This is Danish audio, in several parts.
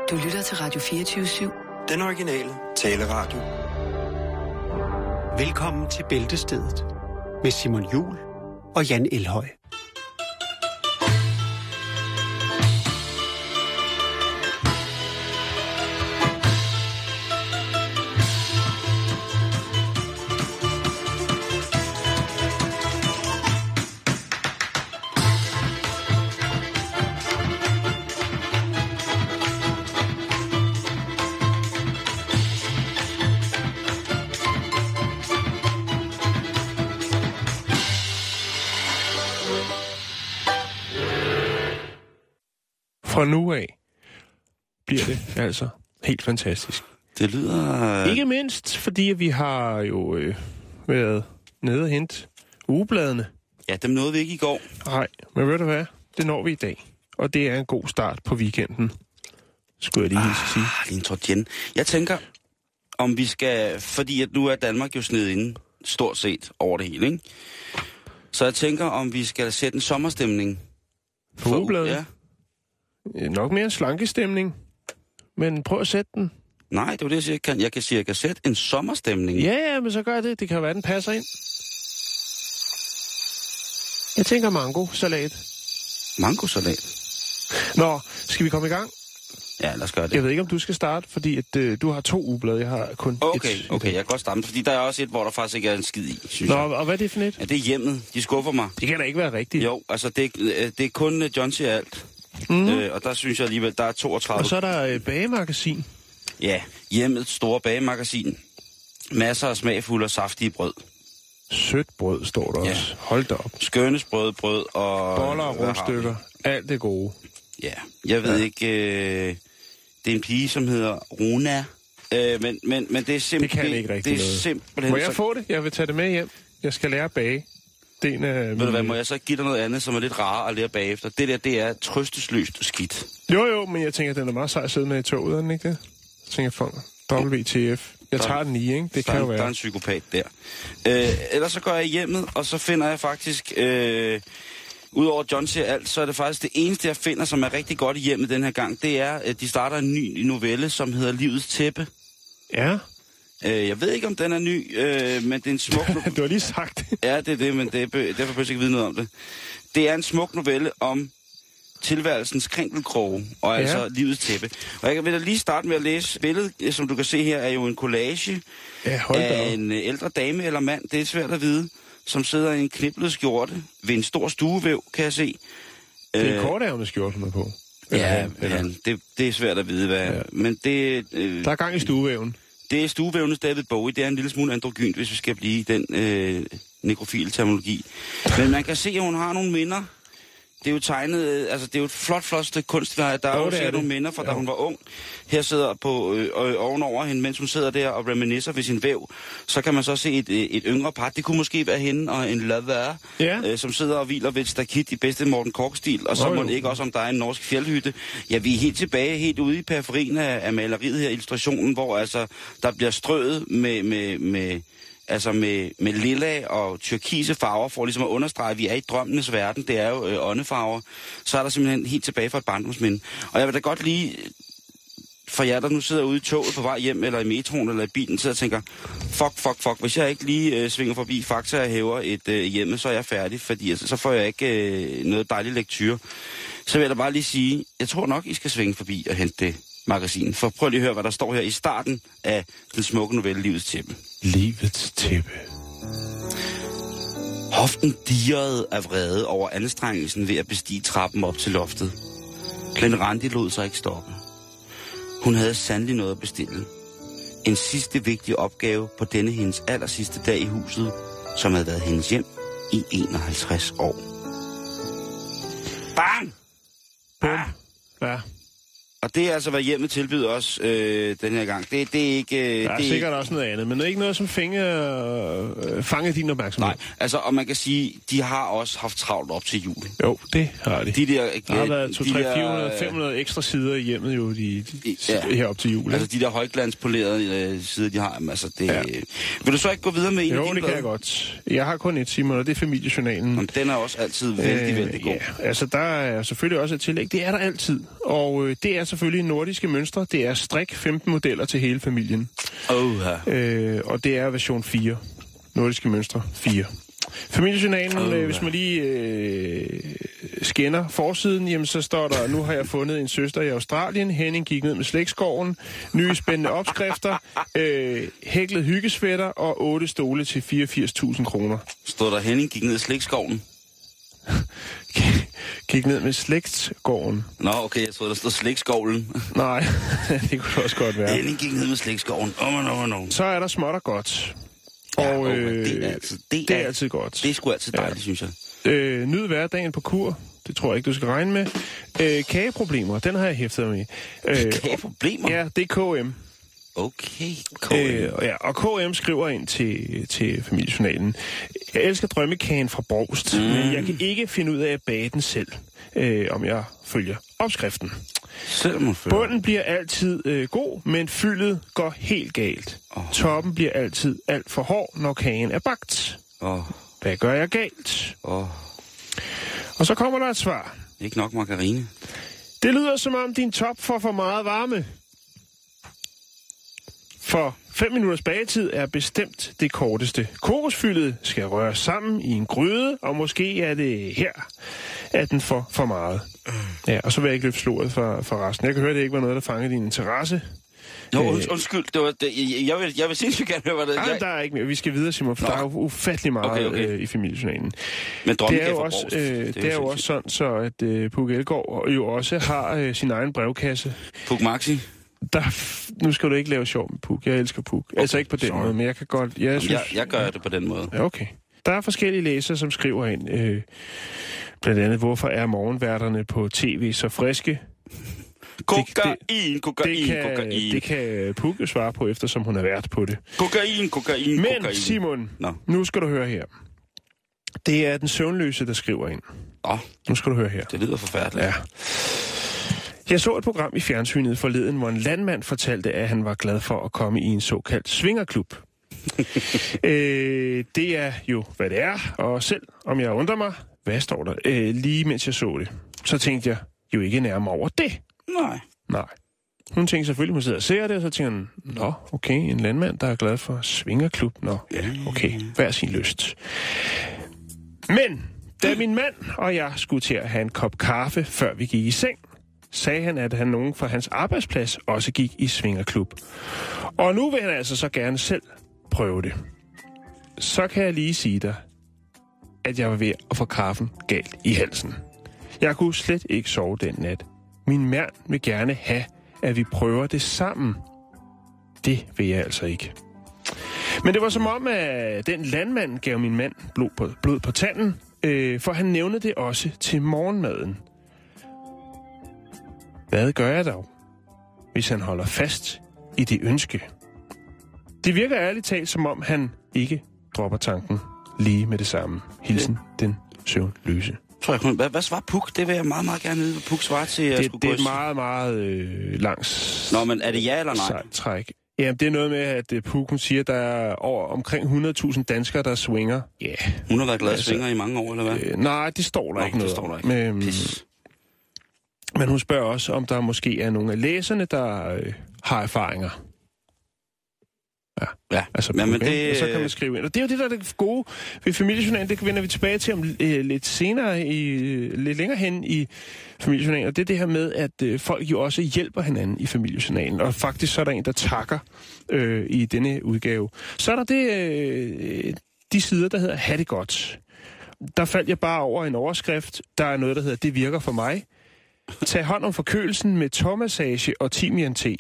Du lytter til Radio 24/7. Den originale taleradio. Velkommen til Bæltestedet med Simon Juhl og Jan Elhøj. Fra nu af bliver det altså helt fantastisk. Det lyder... Ikke mindst, fordi vi har jo været nede og hente ugebladene. Ja, dem nåede vi ikke i går. Nej, men ved du hvad? Det når vi i dag. Og det er en god start på weekenden, skulle jeg lige sige. Lige en tot igen. Jeg tænker, om vi skal... Fordi at nu er Danmark jo snedet inde, stort set over det hele, ikke? Så jeg tænker, om vi skal sætte en sommerstemning. På ugebladene? Ja. Nok mere en slankestemning. Men prøv at sætte den. Nej, det var det, jeg siger. Jeg kan sige, at jeg kan sætte en sommerstemning. Ja, men så gør det. Det kan være, den passer ind. Jeg tænker mango-salat. Mango-salat? Nå, skal vi komme i gang? Ja, lad os gøre det. Jeg ved ikke, om du skal starte, fordi at, du har 2 ugeblade. Jeg har kun Okay, et. jeg kan godt starte, fordi der er også et, hvor der faktisk ikke er en skid i, synes Nå, jeg. og hvad er det for net? Ja, det er hjemmet. De skuffer mig. Det kan da ikke være rigtigt. Jo, altså det er kun John siger alt. Og der synes jeg alligevel, der er 32... Og så er der bagemagasin. Ja, hjemmets store bagemagasin. Masser af smagfulde og saftige brød. Sødt brød står der også. Hold da op. Skønnesbrød og... Boller og rundstykker. Alt det gode. Ja, jeg ved ikke... det er en pige, som hedder Runa. Men det er simpelthen... Det kan ikke rigtig det er noget. simpelthen... Må jeg få det? Jeg vil tage det med hjem. Jeg skal lære at bage. Ved du hvad, må jeg så give dig noget andet, som er lidt rarere at lære bagefter? Det er trøstesløst skidt. Jo, men jeg tænker, den er meget sej at sidde med i toget, er den ikke det? Så tænker jeg, for WTF. Jeg tager den i, ikke? Det kan jo være. Der er en psykopat der. Ellers så går jeg hjemmet, og så finder jeg faktisk... Udover John siger alt, så er det faktisk det eneste, jeg finder, som er rigtig godt i hjemmet den her gang. Det er, at de starter en ny novelle, som hedder Livets Tæppe. Ja. Jeg ved ikke, om den er ny, men det er en smuk... Du har lige sagt det. Ja, det er det, men derfor behøver jeg ikke vide noget om det. Det er en smuk novelle om tilværelsens krænkelkroge, og altså livets tæppe. Og jeg vil da lige starte med at læse billedet, som du kan se her, er jo en collage af en ældre dame eller mand, det er svært at vide, som sidder i en kniblet skjorte ved en stor stuevæv, kan jeg se. Det er en kortærmet skjorte, hun er på. Det er svært at vide, hvad... Ja. Men det... Der er gang i stuevæven. Det er stuevævenes David Bowie. Det er en lille smule androgynt, hvis vi skal blive i den nekrofile terminologi. Men man kan se, at hun har nogle minder. Det er jo tegnet, altså det er jo et flot stykke kunst. Der er jo sikkert nogle minder fra, da hun var ung. Her sidder på ovenover hende, mens hun sidder der og reminiscer ved sin væv. Så kan man så se et yngre par. Det kunne måske være hende og en lover, som sidder og hviler ved et stakit i bedste Morten Kork-stil. Og så må ikke også, om der er en norsk fjeldhytte. Ja, vi er helt tilbage, helt ude i periferien af maleriet her, illustrationen, hvor altså der bliver strøget med lilla og turkise farver, for ligesom at understrege, at vi er i drømmenes verden. Det er jo åndefarver. Så er der simpelthen helt tilbage fra et barndomsminde. Og jeg vil da godt lige, for jer, der nu sidder ude i toget på vej hjem, eller i metroen, eller i bilen, sidder og tænker, fuck, hvis jeg ikke lige svinger forbi Fakta og hæver et hjemme, så er jeg færdig, fordi altså, så får jeg ikke noget dejligt lektyr. Så vil jeg da bare lige sige, jeg tror nok, I skal svinge forbi og hente det magasin. For prøv lige at høre, hvad der står her i starten af den smukke novelle Livets Tæppe. Livets Tæppe. Hoften dirrede af vrede over anstrengelsen ved at bestige trappen op til loftet. Glenn Randi lod sig ikke stoppe. Hun havde sandelig noget at bestille. En sidste vigtig opgave på denne hendes allersidste dag i huset, som havde været hendes hjem i 51 år. Bang! Bum. Ja. Og det er altså, hvad hjemmet tilbyder os den her gang. Det er ikke... Der er det sikkert ikke... også noget andet, men det er ikke noget, som fanger din opmærksomhed. Nej, altså, og man kan sige, de har også haft travlt op til jul. Jo, det har de. Der har været 200-500 ekstra sider i hjemmet jo her op til jul. Altså, de der højglanspolerede sider, de har, altså, det... Ja. Vil du så ikke gå videre med en af dine? Jo, det kan jeg godt. Jeg har kun et, Simon, og det er Familiejournalen. Men den er også altid vældig god. Ja, altså, der er selvfølgelig også et tillæg. Det er der altid. Og det er selvfølgelig nordiske mønstre. Det er strik 15 modeller til hele familien. Og det er version 4. Nordiske mønstre 4. Familiejournalen, hvis man lige scanner forsiden, jamen så står der, nu har jeg fundet en søster i Australien, Henning gik ned med slægtskoven, nye spændende opskrifter, hæklet hyggesvætter og 8 stole til 84.000 kroner. Står der, Henning gik ned i slægtskoven? Gik ned med slægtsgården. Nå, okay, jeg troede, der stod slægtskovlen. Nej, det kunne også godt være. Henning gik ned med slægtsskoven. Så er der småt og godt. Og det er altid godt. Det er sgu altid dejligt, synes jeg. Nyd hverdagen på kur. Det tror jeg ikke, du skal regne med. Kageproblemer, den har jeg hæftet med. Kageproblemer? Ja, det er KM. Okay, KM. Og KM skriver ind til familiejournalen. Jeg elsker drømmekagen fra Brovst, men jeg kan ikke finde ud af at bage den selv, om jeg følger opskriften. Bunden bliver altid god, men fyldet går helt galt. Toppen bliver altid alt for hård, når kagen er bagt. Hvad gør jeg galt? Og så kommer der et svar. Ikke nok margarine. Det lyder som om din top får for meget varme. For 5 minutters bagetid er bestemt det korteste. Kokosfyldet skal røres sammen i en gryde, og måske er det her, at den får for meget. Ja, og så vil jeg ikke løfte slået for resten. Jeg kan høre, at det ikke var noget, der fangede din interesse. Undskyld, jeg vil sindssygt gerne høre, hvad det er. Nej, der er ikke mere. Vi skal videre, Simon, for der er jo ufattelig meget i familiejournalen. Men det er jo også, det er jo også sådan, så at Puk Elgård jo også har sin egen brevkasse. Puk Maxi? Nu skal du ikke lave sjov med Puk. Jeg elsker Puk. Okay, altså ikke på den måde, men jeg kan godt... Jeg gør det på den måde. Ja, okay. Der er forskellige læsere, som skriver ind. Blandt andet, hvorfor er morgenværterne på tv så friske? Kokain. Det kan Puk jo svare på, eftersom hun er vært på det. Kokain. Men Simon, nu skal du høre her. Det er den søvnløse, der skriver ind. Nu skal du høre her. Det lyder forfærdeligt. Ja. Jeg så et program i fjernsynet forleden, hvor en landmand fortalte, at han var glad for at komme i en såkaldt svingerklub. Det er jo, hvad det er, og selv om jeg undrer mig, hvad står der, lige mens jeg så det, så tænkte jeg jo ikke nærmere over det. Nej. Hun tænkte selvfølgelig, hun sidder og ser det, og så tænker hun, nå, okay, en landmand, der er glad for svingerklub. Nå, okay, hver sin lyst. Men da min mand og jeg skulle til at have en kop kaffe, før vi gik i seng, sagde han, at han nogen fra hans arbejdsplads også gik i svingerklub. Og nu vil han altså så gerne selv prøve det. Så kan jeg lige sige dig, at jeg var ved at få kaffen galt i halsen. Jeg kunne slet ikke sove den nat. Min mand vil gerne have, at vi prøver det sammen. Det vil jeg altså ikke. Men det var som om, at den landmand gav min mand blod på tanden, for han nævnte det også til morgenmaden. Hvad gør jeg dog, hvis han holder fast i det ønske? Det virker ærligt talt, som om han ikke dropper tanken lige med det samme. Hilsen, den søvnløse. Hvad svarer Puk? Det vil jeg meget, meget gerne vide, hvad Puk svarer til. Det er et meget, meget langs... Nå, men er det ja eller nej? Træk. Jamen, det er noget med, at Puk, hun siger, at der er over omkring 100.000 danskere, der swinger. Ja. Yeah. Hun har været glad swinger i mange år, eller hvad? Nej, det står der ikke noget om. Men hun spørger også, om der måske er nogle af læserne, der har erfaringer. Ja. Altså, men det... Og så kan man skrive ind. Og det er jo det, der er det gode ved familiejournalen. Det vender vi tilbage til om lidt senere, lidt længere hen i familiejournalen. Og det er det her med, at folk jo også hjælper hinanden i familiejournalen. Og faktisk så er der en, der takker i denne udgave. Så er der de sider, der hedder Ha' det godt. Der faldt jeg bare over en overskrift. Der er noget, der hedder Det virker for mig. Tag hånd om forkølelsen med tåmassage og timian-te.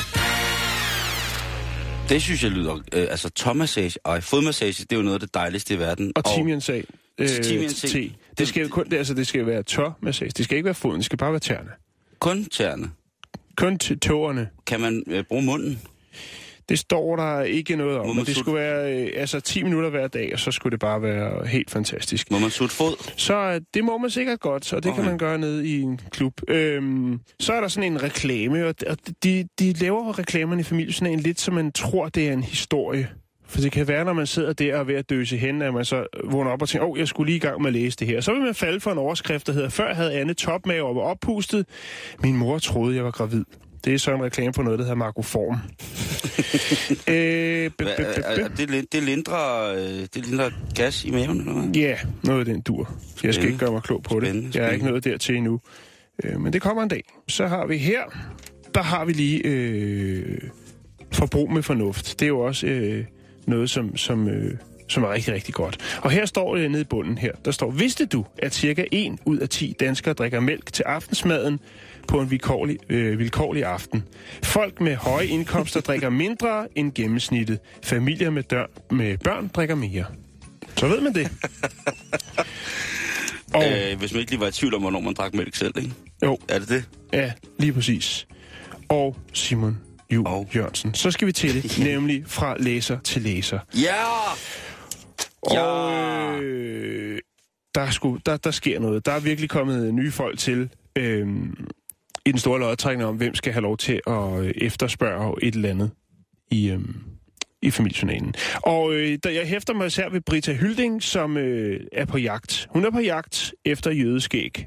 Det synes jeg lyder... tåmassage og fodmassage, det er jo noget af det dejligste i verden. Og timian-te. Det skal jo kun... det skal jo være tåmassage. Det skal ikke være foden, det skal bare være tæerne. Kun tæerne? Kun til tåerne. Kan man bruge munden? Det står der ikke noget om, men det skulle være 10 minutter hver dag, og så skulle det bare være helt fantastisk. Må man sutte fod? Så det må man sikkert godt, og det kan man gøre nede i en klub. Så er der sådan en reklame, og de laver reklamerne i familiejournalen lidt, så man tror, det er en historie For det kan være, når man sidder der og er ved at døse hen, at man så vågner op og tænker, jeg skulle lige i gang med at læse det her. Så vil man falde for en overskrift, der hedder, før havde Anne topmave og var oppustet. Min mor troede, jeg var gravid. Det er så en reklame på noget, der hedder Margoform. Det lindrer gas i maven, eller hvad? Ja, noget af den dur. Jeg skal ikke gøre mig klog på det. Jeg er ikke nået dertil endnu. Men det kommer en dag. Så har vi her, der har vi lige forbrug med fornuft. Det er jo også noget, som er rigtig, rigtig godt. Og her står nede i bunden her, der står, vidste du, at cirka 1 ud af 10 danskere drikker mælk til aftensmaden på en vilkårlig aften? Folk med høje indkomster drikker mindre end gennemsnittet. Familier med børn drikker mere. Så ved man det. Og, hvis man ikke lige var i tvivl om, hvornår man drak mælk selv, ikke? Jo. Er det det? Ja, lige præcis. Og Simon Juhl Jørgensen. Så skal vi til det, nemlig fra læser til læser. Ja! Og der sker noget. Der er virkelig kommet nye folk til i den store lodtrækning om, hvem skal have lov til at efterspørge et eller andet i familiejournalen. Og jeg hæfter mig især ved Britta Hylding, som er på jagt. Hun er på jagt efter jødeskæg.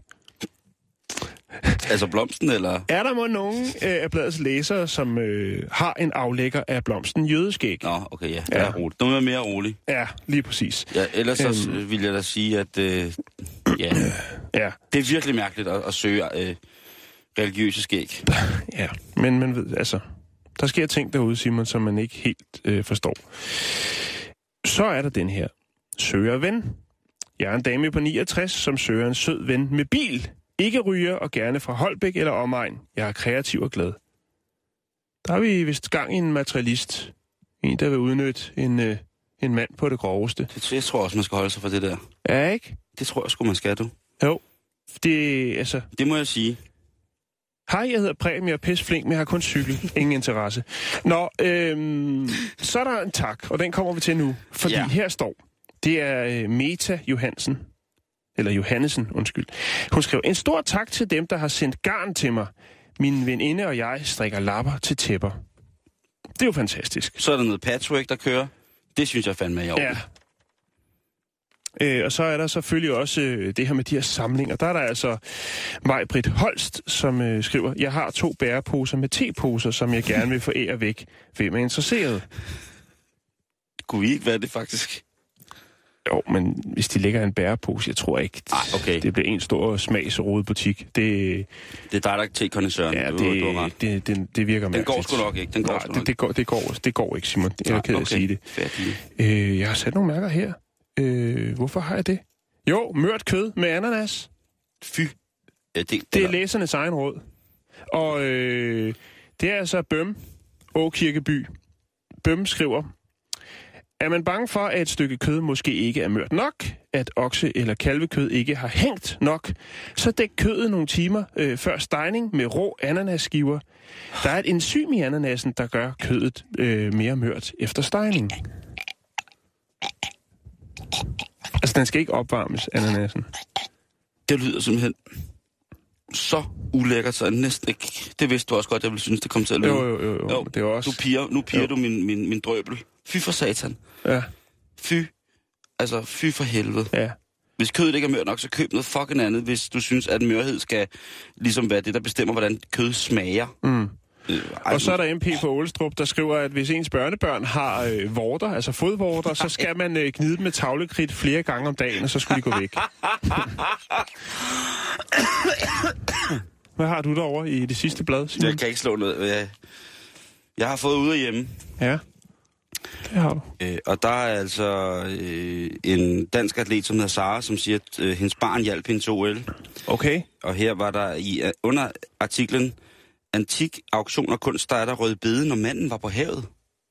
Altså blomsten, eller? Er der må nogen af bladets læsere, som har en aflægger af blomsten jødeskæg? Nå, okay, ja. Det er roligt. Nu er mere rolig. Ja, lige præcis. Ja, ellers så vil jeg da sige, at ja. Det er virkelig mærkeligt at søge religiøse skæg. Ja, men man ved, altså, der sker ting derude, Simon, som man ikke helt forstår. Så er der den her. Søger ven. Jeg er en dame på 69, som søger en sød ven med bil. Ikke ryger og gerne fra Holbæk eller omegn. Jeg er kreativ og glad. Der har vi vist gang i en materialist. En, der vil udnytte en mand på det groveste. Jeg tror også, man skal holde sig for det der. Ja, ikke? Det tror jeg sgu, man skal, du. Jo. Det må jeg sige. Hej, jeg hedder Preben, jeg er pisseflink, men jeg har kun cykel. Ingen interesse. Nå, så er der en tak, og den kommer vi til nu. Fordi her står, det er Meta Johansen. Eller Johannesen, undskyld. Hun skrev, en stor tak til dem, der har sendt garn til mig. Min veninde og jeg strikker lapper til tæpper. Det er jo fantastisk. Så er der noget patchwork, der kører. Det synes jeg fandme er i orden. Ja. Og så er der selvfølgelig også det her med de her samlinger. Der er der altså Maj-Britt Holst, som skriver, jeg har 2 bæreposer med teposer, som jeg gerne vil forære væk. Hvem er interesseret? Kunne vi ikke være det, faktisk? Jo, men hvis de lægger en bærepose, jeg tror ikke, det bliver en stor smagsrodebutik. Det er dig, der er te-kondensøren. Ja, det virker mærkeligt. Den går sgu nok ikke. Det går ikke, Simon. Jeg er ked af at sige det. Jeg har sat nogle mærker her. Hvorfor har jeg det? Jo, mørt kød med ananas. Fy. Ja, det er læsernes egen råd. Og det er altså Bøm, Åkirkeby. Bøm skriver, er man bange for, at et stykke kød måske ikke er mørt nok, at okse- eller kalvekød ikke har hængt nok, så dæk kødet nogle timer før stegning med rå ananasskiver. Der er et enzym i ananasen, der gør kødet mere mørt efter stegning. Altså, den skal ikke opvarmes, ananasen. Det lyder simpelthen så ulækkert, så næsten ikke. Det vidste du også godt, jeg ville synes, det kom til at lyde. Jo. Det er også... Nu piger du min drøbel. Fy for satan. Ja. Fy for helvede. Ja. Hvis kødet ikke er mørt nok, så køb noget fucking andet, hvis du synes, at mørhed skal ligesom være det, der bestemmer, hvordan kød smager. Mm. Og så er der MP på Ålestrup, der skriver, at hvis ens børnebørn har vorter, altså fodvorter, så skal man gnide dem med tavlekridt flere gange om dagen, og så skulle de gå væk. Hvad har du derovre i det sidste blad, Simon? Jeg kan ikke slå noget. Jeg har fået ude af hjemme. Ja, det har du. Og der er altså en dansk atlet, som hedder Sara, som siger, at hendes barn hjalp hende til OL. Okay. Og her var der under artiklen, antik auktion og kunst, der er der rødbede, når manden var på havet.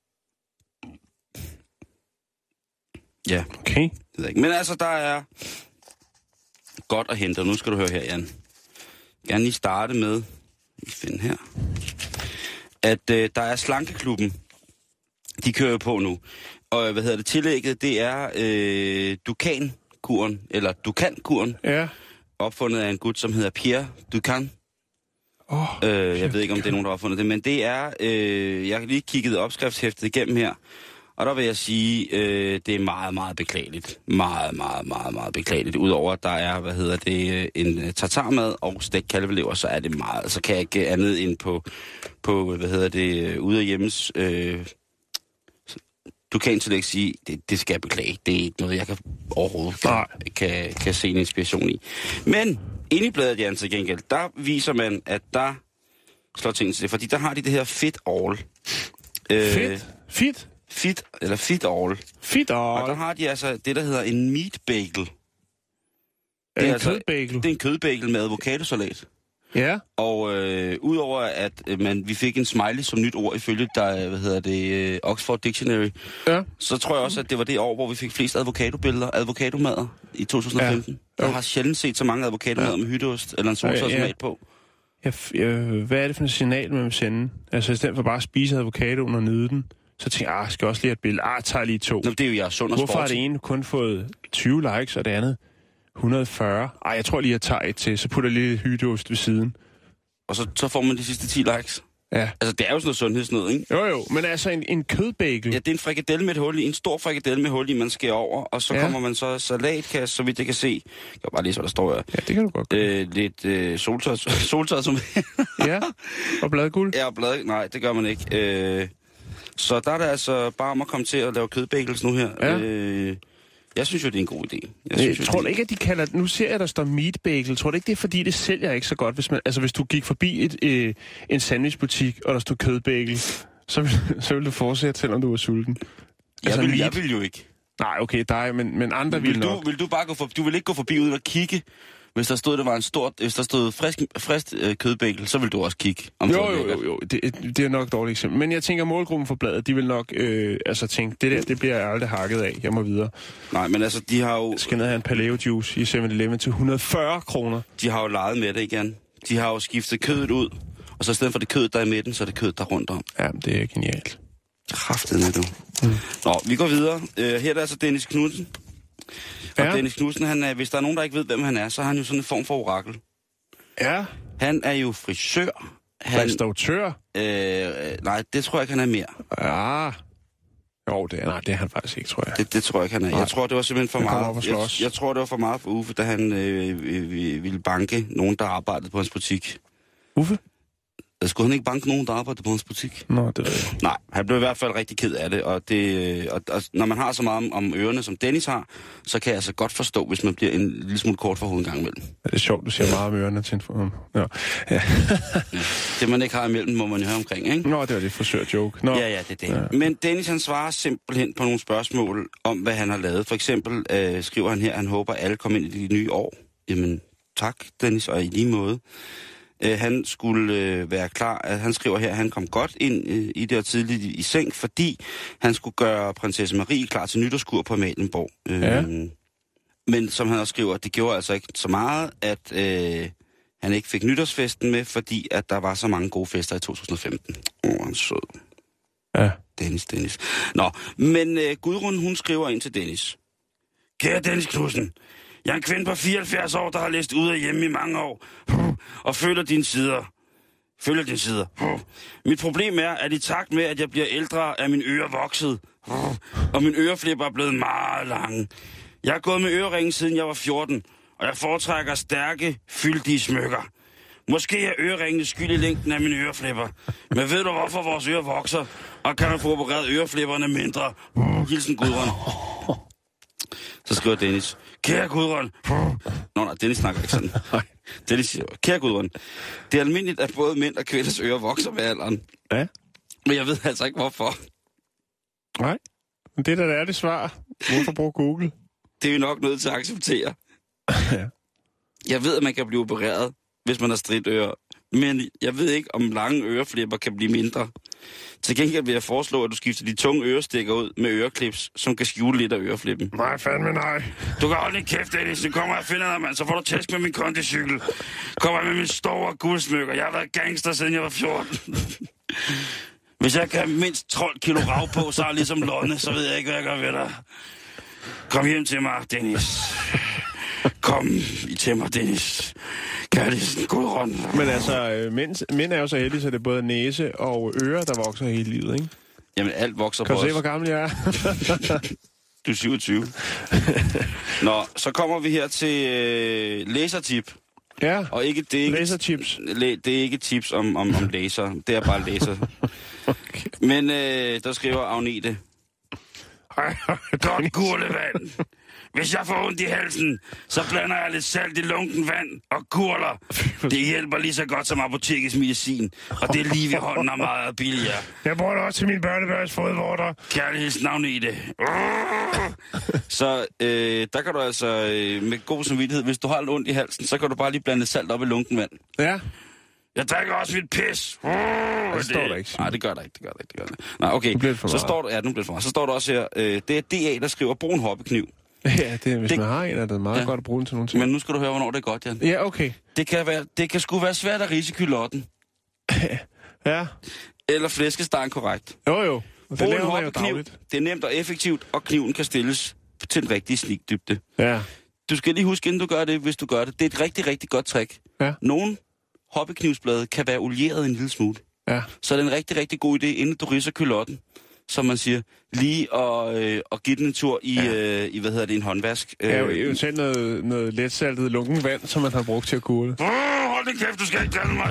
Ja. Okay. Men altså, der er godt at hente, og nu skal du høre her, Jan. Jeg gerne lige starte med, finde her, at der er Slankeklubben. De kører på nu. Og tillægget, det er Dukan-kuren, eller Dukan-kuren. Ja. Opfundet af en gut, som hedder Pierre Dukan. Jeg ved ikke, om det er nogen, der har opfundet det, men det er, jeg har lige kigget opskriftshæftet igennem her, Og der vil jeg sige, det er meget, meget beklageligt. Meget, meget, meget, meget beklageligt. Udover at der er, en tartarmad og stegt kalvelever, så er det meget. Så kan jeg ikke andet end på ude af hjemmes... Du kan indtil ikke sige, det skal jeg beklage. Det er ikke noget, jeg overhovedet kan se en inspiration i. Men inde i bladet, Jan, til gengæld, der viser man, at der slår tingene til. Fordi der har de det her fit all. Fit? Fit, eller fit all. Fit all. Og der har de altså det, der hedder en meat bagel. Det er en kødbagel? Det er en kødbagel med avocadosalat. Ja. Og udover at vi fik en smiley som nyt ord ifølge Oxford Dictionary, så tror jeg også, at det var det år, hvor vi fik flest avocadomader i 2015. Ja. Jeg har sjældent set så mange avocadomader med hytteost eller en solsovsmat på. Hvad er det for en signal, man vil sende? Altså i stedet for bare at spise avocadoen og nyde den, så tænker jeg, skal også lige have et billede. Tager lige 2. Nå, det er jo sund og Hvorfor sporty. har det ene kun fået 20 likes, og det andet 140? Jeg tror lige, jeg tager et til, så putter jeg lidt hytteost ved siden. Og så får man de sidste 10 likes. Ja. Altså, det er jo sådan noget sundhedsnød, ikke? Jo, men altså en kødbagel. Ja, det er en frikadelle med et hul i, en stor frikadelle med hul i, man skærer over, og så kommer man så salatkasse, så vidt jeg kan se. Jeg kan bare læse, hvad der står her. Ja, det kan du godt. Lidt soltøj som... Ja, og bladguld. Ja, nej, det gør man ikke. Så der er det altså bare om at komme til at lave kødbagels nu her. Ja. Jeg synes jo, det er en god idé. Jeg tror ikke, at de kalder det... Nu ser jeg, der står meat bagel. Tror du ikke, det er, fordi det sælger ikke så godt? Hvis du gik forbi en sandwichbutik, og der stod kødbagel, så ville du fortsætte, selvom du var sulten. Jeg vil jo ikke. Nej, okay, dig, men andre vil nok. Vil du bare gå du vil ikke gå forbi uden at kigge? Hvis der stod frisk kødbagel, så vil du også kigge. Jo, det er nok et dårligt eksempel. Men jeg tænker, målgruppen for bladet, de vil nok tænke, det bliver jeg aldrig hakket af. Jeg må videre. Nej, men altså, de har jo... Jeg skal ned have en Paleo Juice i 7-Eleven til 140 kroner. De har jo leget med det igen. De har jo skiftet kødet ud, og så i stedet for det kød, der er i midten, så er det kød, der er rundt om. Ja, det er genialt. Kraftedeme, du. Nå, vi går videre. Her er der altså Dennis Knudsen. Og Dennis Knudsen, hvis der er nogen, der ikke ved, hvem han er, så har han jo sådan en form for orakel. Ja. Han er jo frisør. Restauratør? Nej, det tror jeg ikke, han er mere. Ja. Jo, det er han faktisk ikke, tror jeg. Det tror jeg ikke, han er. Jeg tror, det var simpelthen for meget. Jeg tror, det var for meget for Uffe, da han ville banke nogen, der arbejdede på hans butik. Uffe? Skulle han ikke banke nogen, der arbejdede på hans butik? Nå, det ved jeg. Nej, han blev i hvert fald rigtig ked af det, og når man har så meget om ørerne, som Dennis har, så kan jeg altså godt forstå, hvis man bliver en lille smule kort for hovedet en gang imellem. Ja, det er sjovt, du siger meget om ørerne til en ja. Det, man ikke har imellem, må man jo have omkring, ikke? Nå, det var det frisør-joke. Nå. Ja, det er det. Ja. Men Dennis, han svarer simpelthen på nogle spørgsmål om, hvad han har lavet. For eksempel skriver han her, han håber, alle kommer ind i det nye år. Jamen, tak, Dennis, og i lige måde. Han skulle være klar. Han skriver her, at han kom godt ind i det og tidligt i seng, fordi han skulle gøre prinsesse Marie klar til nytårskur på Amalienborg. Men som han også skriver, det gjorde altså ikke så meget, at han ikke fik nytårsfesten med, fordi at der var så mange gode fester i 2015. Han er sød. Ja. Dennis. Nå, men Gudrun, hun skriver ind til Dennis. Kære Dennis Knudsen, jeg er en kvinde på 74 år, der har læst ud af hjemme i mange år, og følger dine sider. Mit problem er, at i takt med, at jeg bliver ældre, er mine ører vokset, og mine øreflipper er blevet meget lange. Jeg har gået med øreringe siden jeg var 14, og jeg foretrækker stærke, fyldige smykker. Måske er øreringene skyld i længden af mine øreflipper. Men ved du, hvorfor vores ører vokser? Og kan man få opereret øreflipperne mindre? Hilsen Gudrun. Så skriver Dennis. Kære Gudrun. Nej, Dennis snakker ikke sådan. Dennis siger, kære Gudrun. Det er almindeligt, at både mænd og kvinders ører vokser med alderen. Ja. Men jeg ved altså ikke, hvorfor. Nej, men det der er det svar. Hvorfor bruge Google? Det er vi nok nødt til at acceptere. Ja. Jeg ved, at man kan blive opereret, hvis man har stridtører. Men jeg ved ikke, om lange øreflipper kan blive mindre. Til gengæld vil jeg foreslå, at du skifter de tunge ørestikker ud med øreklips, som kan skjule lidt af øreflippen. Nej, fandme nej. Du kan holde din kæft, Dennis. Nu kommer jeg og finder dig, mand. Så får du tæsk med min kondicykel. Kommer jeg med min store guldsmykker. Jeg har været gangster, siden jeg var 14. Hvis jeg kan have mindst 12 kilo rav på, så er jeg ligesom Lonne, så ved jeg ikke, hvad jeg gør ved dig. Kom hjem til mig, Dennis. Kom til mig, Dennis. Kærligheden, Gudrun. Men altså, mænd er jo så heldige, så det er både næse og ører, der vokser hele livet, ikke? Jamen, alt vokser kan på os. Kan os. du se, hvor gammel jeg er? Du er 27. Nå, så kommer vi her til lasertip. Ja, Og ikke, det er ikke, lasertips. Det er ikke tips om laser. Det er bare laser. Okay. Men der skriver Agnete. Godt gurlevand. Hvis jeg får ondt i halsen, så blander jeg lidt salt i lunken vand og gurler. Det hjælper lige så godt som apotekets medicin. Og det er lige ved hånden og meget billigere. Jeg bruger det også til min børnebørns fodvorter. Kærlighedens Agnete. Så der kan du altså med god samvittighed, hvis du har lidt ondt i halsen, så kan du bare lige blande salt op i lunken vand. Ja. Jeg drikker også mit pis. Det står der ikke. Nej, det gør der ikke. Nej, okay. Så står der, nu bliver det for meget. Så står der også her, det er DA, der skriver, brug en hobbykniv. Ja, hvis man har en, er det meget godt at bruge den til nogle ting. Men nu skal du høre, hvornår det er godt, Jan. Ja, okay. Det kan sgu være svært at rise kylotten. Ja. Eller flæskestegen korrekt. Jo. Det Brug en laver man jo hobbykniv. dagligt. Det er nemt og effektivt, og kniven kan stilles til den rigtige snikdybde. Ja. Du skal lige huske, inden du gør det, hvis du gør det. Det er et rigtig, rigtig godt trick. Ja. Nogle hobbyknivsblade kan være olieret en lille smule. Ja. Så er det en rigtig, rigtig god idé, inden du ridser kylotten, som man siger, lige at give den en tur i en håndvask. Ja, jo selv noget letsaltet lunken vand, som man har brugt til at kurle. Hold din kæft, du skal ikke kalde mig.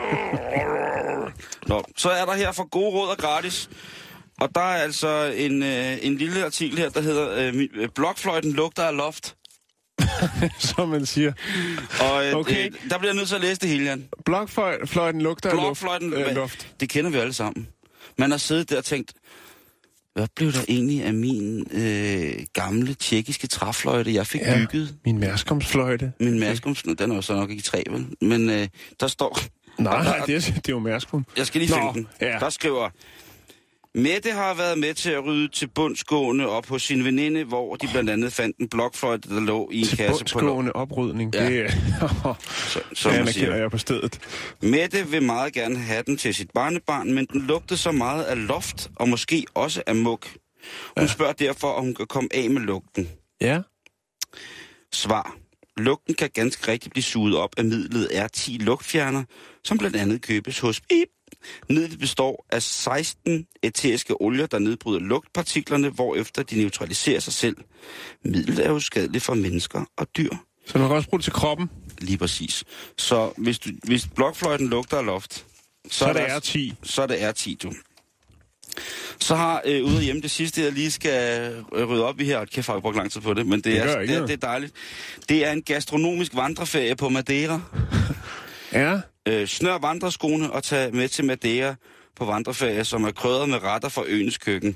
Nå, så er der her for gode råd og gratis. Og der er altså en lille artikel her, der hedder Blokfløjten lugter af loft. Som man siger. Og okay. Der bliver jeg nødt til at læse det hele, Jan. Blokfløjten lugter af luft. Det kender vi alle sammen. Man har siddet der og tænkt, hvad blev der egentlig af min gamle tjekkiske træfløjte, jeg fik bygget? Min Mærskumsfløjte. Min Mærskum, den er jo så nok ikke i træ, vel? Men der står... Nej, det er jo Mærskum. Jeg skal lige finde den. Ja. Der skriver... Mette har været med til at rydde til bundsgående op hos sin veninde, hvor de blandt andet fandt en blokfløjte, der lå i en kasse på bundsgående oprydning, ja. det så man siger. Jeg på stedet. Mette vil meget gerne have den til sit barnebarn, men den lugtede så meget af loft, og måske også af muk. Hun spørger derfor, om hun kan komme af med lugten. Ja. Svar. Lugten kan ganske rigtigt blive suget op af midlet R10 lugtfjerner, som blandt andet købes hos Bip. Midlet består af 16 æteriske olier, der nedbryder lugtpartiklerne, hvorefter de neutraliserer sig selv. Midlet er jo skadeligt for mennesker og dyr. Så man kan også bruge det til kroppen? Lige præcis. Så hvis blokfløjten lugter af loft, så er det R10. Så er det R10, du. Så har ude hjemme det sidste, jeg lige skal rydde op i her. Kæft, har jeg brugt lang tid på det, men det er dejligt. Det er en gastronomisk vandreferie på Madeira. Ja. Snør vandreskoene og tag med til Madeira på vandreferie, som er krydret med retter fra øens køkken.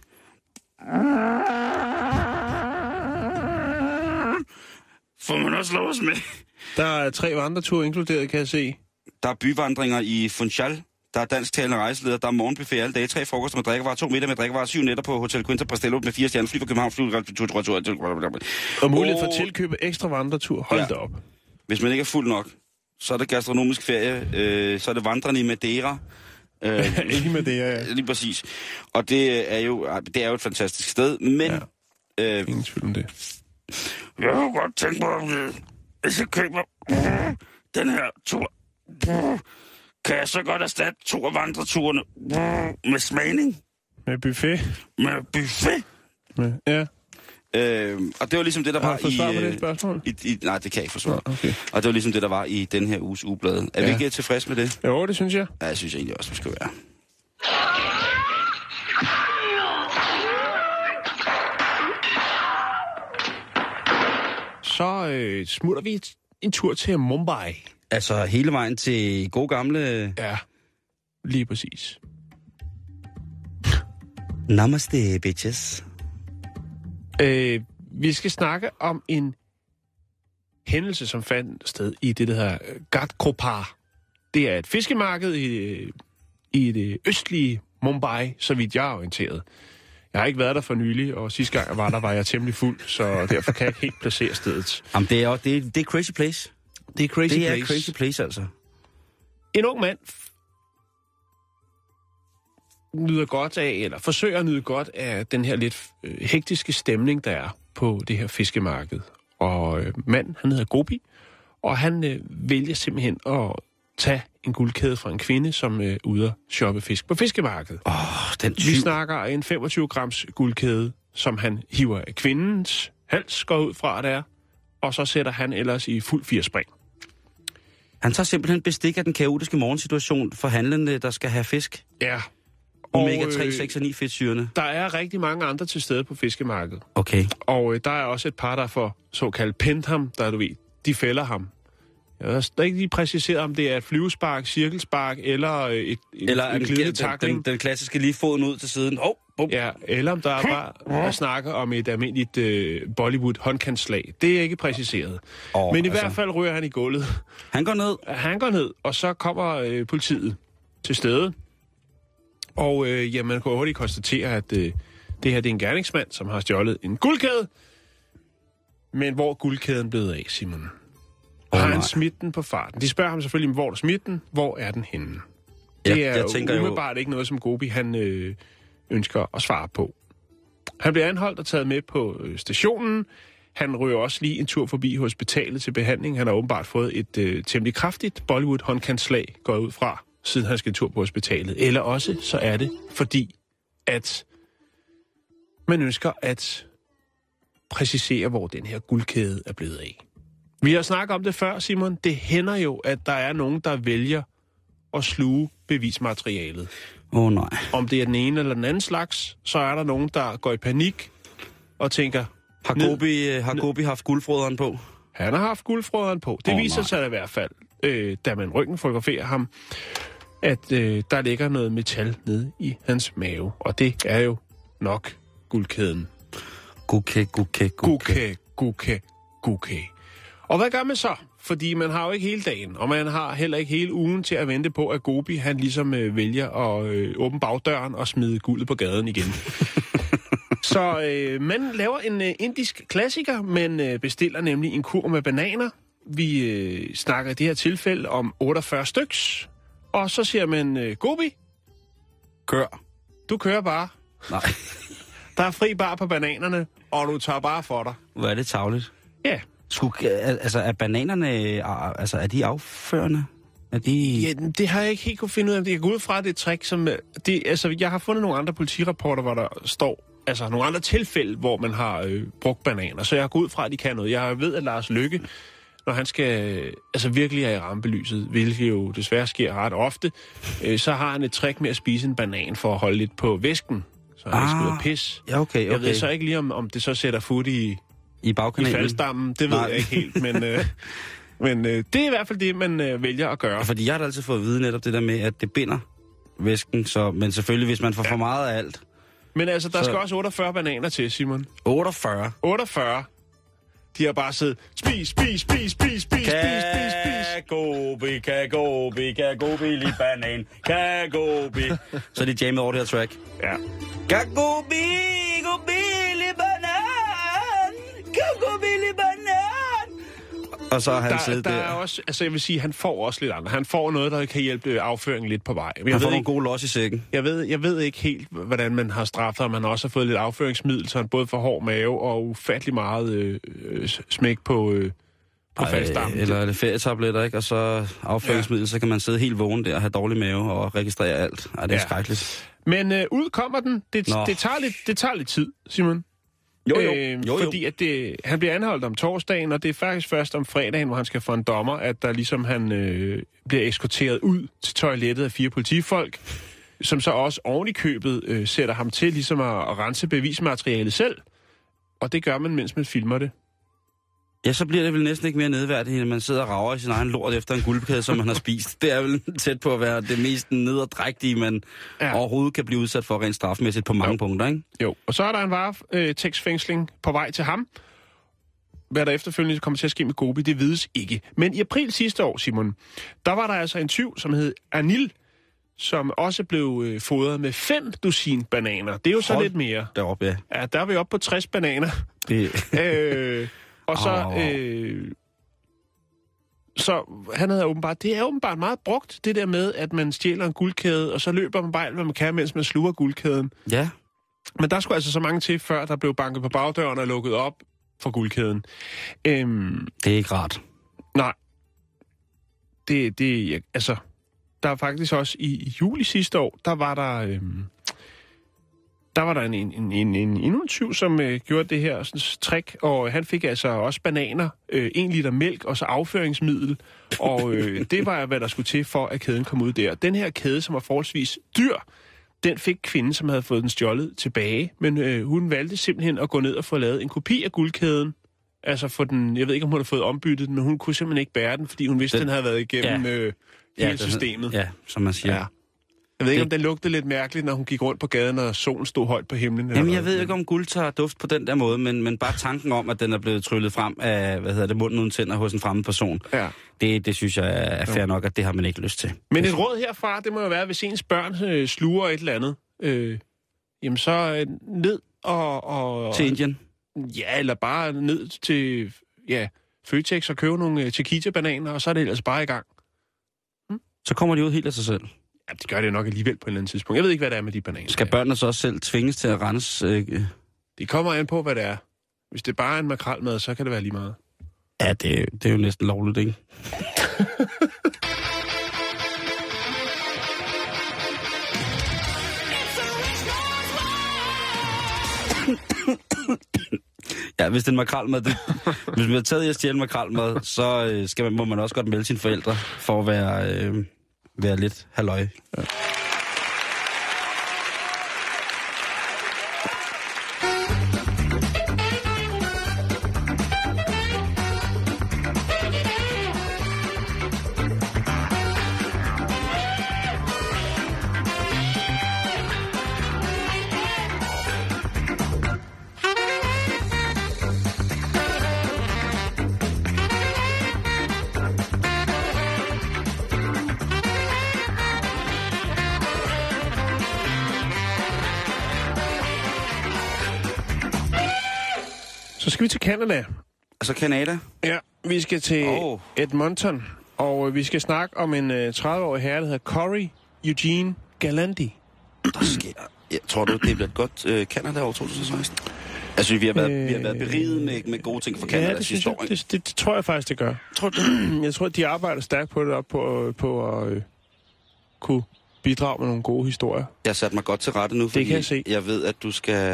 Får man også lov at smage? Der er 3 vandreture inkluderet, kan jeg se. Der er byvandringer i Funchal. Der er dansktalende rejseleder. Der er morgenbuffet alle dage. 3 frokoster med drikkevarer, 2 middag med drikkevarer, 7 nætter på Hotel Quinta Pastello med 4 stjerner, fly fra København, fly og mulighed for at tilkøbe ekstra vandretur. Hold da op. Hvis man ikke er fuld nok, så er det gastronomisk ferie. Så er det vandrende i Madeira. Ikke Madeira, ja. Lige præcis. Og det er jo et fantastisk sted, men... Ja. Ingen tvivl om det. Jeg kunne godt tænke mig, hvis jeg køber den her tur, kan jeg så godt erstatte 2 af vandreturene med smagning? Med buffet? Med buffet? Ja. Og det var ligesom det, der var i... Har du fået svar på det spørgsmål? Nej, det kan jeg ikke få svar. Okay. Og det var ligesom det, der var i den her uges ugeblad. Er vi ikke tilfredse med det? Jo, det synes jeg. Ja, jeg synes egentlig også, vi skal være. Så smutter vi en tur til Mumbai. Altså hele vejen til god gamle... Ja, lige præcis. Namaste, bitches. Vi skal snakke om en hændelse, som fandt sted i det, der hedder Ghatkropar. Det er et fiskemarked i det østlige Mumbai, så vidt jeg er orienteret. Jeg har ikke været der for nylig, og sidste gang jeg var der, var jeg temmelig fuld, så derfor kan jeg ikke helt placere stedet. Jamen, det er crazy place. Det er crazy place. Det er crazy place, altså. En ung mand nyder godt af, eller forsøger at nyde godt af den her lidt hektiske stemning, der er på det her fiskemarked. Og manden, han hedder Gopi, og han vælger simpelthen at tage en guldkæde fra en kvinde, som er ude at shoppe fisk på fiskemarkedet. Den Vi snakker en 25 grams guldkæde, som han hiver af kvindens hals, går ud fra der, og så sætter han ellers i fuld 4 spring. Han tager simpelthen bestik af den kaotiske morgensituation for handlende, der skal have fisk. Ja. Omega-3, 6 og 9 fedtsyrene. Der er rigtig mange andre til stede på fiskemarkedet. Okay. Og der er også et par, der får såkaldt pent ham, der du ved, de fælder ham. Jeg har ikke lige præciseret, om det er et flyvespark, cirkelspark eller en glidende tackling. Den klassiske lige foden ud til siden. Ja, eller om der er bare at snakke om et almindeligt Bollywood håndkantslag. Det er ikke præciseret. Men i hvert fald ryger han i gulvet. Han går ned? Han går ned, og så kommer politiet til stede. Og man kan hurtigt konstatere, at det her det er en gerningsmand, som har stjålet en guldkæde. Men hvor er guldkæden blevet af, Simon? Har han smidt den på farten? De spørger ham selvfølgelig, hvor er smidt den? Hvor er den henne? Det er jo umiddelbart ikke noget, som Gopi han ønsker at svare på. Han bliver anholdt og taget med på stationen. Han ryger også lige en tur forbi hospitalet til behandling. Han har åbenbart fået et temmelig kraftigt Bollywood-håndkantslag, går ud fra, siden han skal en tur på hospitalet. Eller også så er det fordi, at man ønsker at præcisere, hvor den her guldkæde er blevet af. Vi har snakket om det før, Simon. Det hænder jo, at der er nogen, der vælger at sluge bevismaterialet. Nej. Om det er den ene eller den anden slags, så er der nogen, der går i panik og tænker... Har Gopi haft guldfrøderen på? Han har haft guldfrøderen på. Det viser sig i hvert fald, da man ryggen fotograferer ham, at der ligger noget metal nede i hans mave. Og det er jo nok guldkæden. Guke. Og hvad gør man så? Fordi man har jo ikke hele dagen, og man har heller ikke hele ugen til at vente på, at Gopi han ligesom vælger at åbne bagdøren og smide guldet på gaden igen. Så man laver en indisk klassiker, men bestiller nemlig en kur med bananer. Vi snakker i det her tilfælde om 48 styks. Og så siger man, Gopi, kør. Du kører bare. Nej. Der er fri bar på bananerne, og du tager bare for dig. Hvor er det tarveligt? Ja. Er bananerne, er de afførende? Er de... Ja, det har jeg ikke helt kunne finde ud af. Jeg går ud fra, det er et trick, som... jeg har fundet nogle andre politirapporter, hvor der står... Altså nogle andre tilfælde, hvor man har brugt bananer. Så jeg har gået ud fra, at de kan noget. Jeg ved, at Lars Løkke, når han skal virkelig er i rampelyset, hvilket jo desværre sker ret ofte, så har han et trick med at spise en banan for at holde lidt på væsken. Så han ikke skal ud og pisse. Ja, okay. Jeg ved så ikke lige, om det så sætter fod i bagkanalen. I faldstammen. Det ved jeg ikke helt, men det er i hvert fald det, man vælger at gøre. Ja, fordi jeg har altid fået at vide netop det der med, at det binder væsken. Men selvfølgelig, hvis man får for meget af alt... Men altså, der skal også 48 bananer til, Simon. 48? 48. De har bare siddet, spis. Kan Gopi lige banan. Kan Gopi. Så er de jammet over det her track. Ja. Kan Gopi lige banan. Kan Gopi lige banan. Og så har han siddet der. Der er også, altså jeg vil sige, han får også lidt andet. Han får noget, der kan hjælpe afføringen lidt på vej. Han får nogle gode los i sækken. Jeg ved ikke helt, hvordan man har straffet, man har også fået lidt afføringsmiddel, så han både får hård mave og ufattelig meget smæk på faldstammen. Eller ferietabletter, ikke? Og så afføringsmiddel, så kan man sidde helt vågen der og have dårlig mave og registrere alt. Ej, det er skrækkeligt. Men ud kommer den. Det tager lidt tid, Simon. Jo. Fordi at han bliver anholdt om torsdagen, og det er faktisk først om fredagen, hvor han skal få en dommer, at der ligesom han bliver eskorteret ud til toilettet af 4 politifolk, som så også oven i købet sætter ham til ligesom at rense bevismaterialet selv. Og det gør man, mens man filmer det. Ja, så bliver det vel næsten ikke mere nedværdigt, end man sidder og rager i sin egen lort efter en guldkæde, som man har spist. Det er vel tæt på at være det mest nederdrægtige, man overhovedet kan blive udsat for rent strafmæssigt på mange punkter, ikke? Jo, og så er der en varetægtsfængsling på vej til ham. Hvad der efterfølgende kommer til at ske med Gopi, det vides ikke. Men i april sidste år, Simon, der var der altså en tyv, som hed Anil, som også blev fodret med 5 dusin bananer. Det er jo så lidt mere. Deroppe, ja. Ja, der er vi oppe på 60 bananer. Og så han havde åbenbart, det er åbenbart meget brugt, det der med, at man stjæler en guldkæde, og så løber man bare alt, hvad man kan, mens man sluger guldkæden. Ja. Men der skulle altså så mange til, før der blev banket på bagdøren og lukket op for guldkæden. Det er ikke rart. Nej. Altså, der er faktisk også i juli sidste år, der var der endnu en tyv, som gjorde det her sådan, trick, og han fik altså også bananer, 1 liter mælk og så afføringsmiddel, og det var, hvad der skulle til for, at kæden kom ud der. Den her kæde, som var forholdsvis dyr, den fik kvinden, som havde fået den stjålet, tilbage, men hun valgte simpelthen at gå ned og få lavet en kopi af guldkæden, altså for den, jeg ved ikke, om hun havde fået ombyttet den, men hun kunne simpelthen ikke bære den, fordi hun vidste, den havde været igennem hele systemet. Ja, som man siger. Ja. Jeg ved ikke, om den lugtede lidt mærkeligt, når hun gik rundt på gaden, og solen stod højt på himlen. Jamen, jeg ved ikke, om guld tager duft på den der måde, men bare tanken om, at den er blevet tryllet frem af, munden uden tænder hos en fremmed person, det synes jeg er fair nok, at det har man ikke lyst til. Men et råd herfra, det må jo være, hvis ens børn sluger et eller andet, jamen så ned og... Til Indien? Ja, eller bare ned til Føtex og købe nogle Chiquita-bananer, og så er det ellers bare i gang. Så kommer de ud helt af sig selv? Ja, de gør det nok alligevel på et eller andet tidspunkt. Jeg ved ikke, hvad det er med de bananer. Skal børnene så også selv tvinges til at rense? Det kommer an på, hvad det er. Hvis det bare er en makrelmad, så kan det være lige meget. Ja, det er jo næsten lovligt, ikke? Ja, hvis det er en makrelmad, hvis man har taget i at stjæle makrelmad, så må man også godt melde sine forældre for at være lidt halløj. Ja. Så skal vi til Canada. Altså Canada? Ja, vi skal til Edmonton, og vi skal snakke om en 30-årig herre, der hedder Corey Eugene Galante. Tror du, det bliver et godt Canada år 2016? Altså, vi har været beriget med gode ting for Canada sidste år. Det tror jeg faktisk, det gør. Tror du det? Jeg tror, de arbejder stærkt på det op på at kunne bidrage med nogle gode historier. Jeg har sat mig godt til rette nu, fordi jeg ved, at du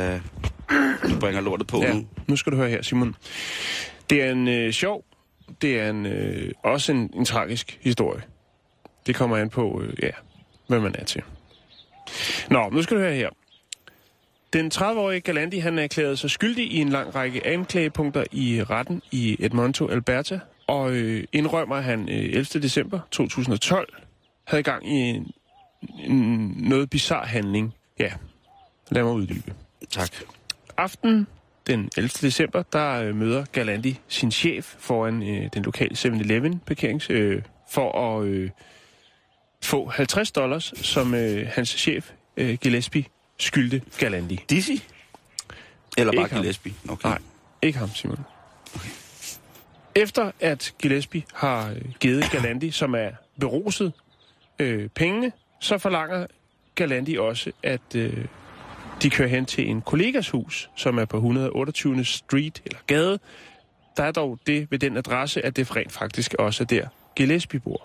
bringer lortet på nu. Nu skal du høre her, Simon. Det er en sjov, det er også en tragisk historie. Det kommer an på, hvad man er til. Nå, nu skal du høre her. Den 30-årige Galante, han erklærede sig skyldig i en lang række anklagepunkter i retten i Edmonton, Alberta, og indrømmer, at han 11. december 2012 havde gang i en noget bizarre handling. Ja, lad mig uddybe. Tak. Aften den 11. december, der møder Galante sin chef foran den lokale 7-Eleven parkerings for at få $50, som hans chef Gillespie skyldte Galante. Dizzy? Eller bare Gillespie? Okay. Nej, ikke ham, Simon. Okay. Efter at Gillespie har givet Galante, som er beruset, pengene, så forlanger Galante også, at de kører hen til en kollegas hus, som er på 128. Street, eller gade. Der er dog det ved den adresse, at det rent faktisk også er der, Gillespie bor.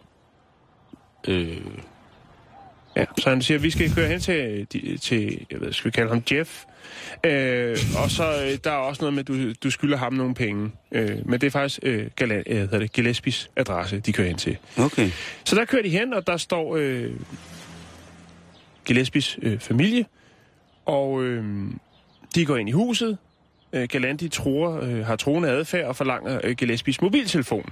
Ja, så han siger, at vi skal køre hen til jeg ved, skal vi kalde ham Jeff. Og så der er også noget med, at du skylder ham nogle penge. Men det er faktisk Gillespies adresse, de kører hen til. Okay. Så der kører de hen, og der står Gillespies familie. Og de går ind i huset. Galante har troende adfærd og forlanger Gillespies mobiltelefon.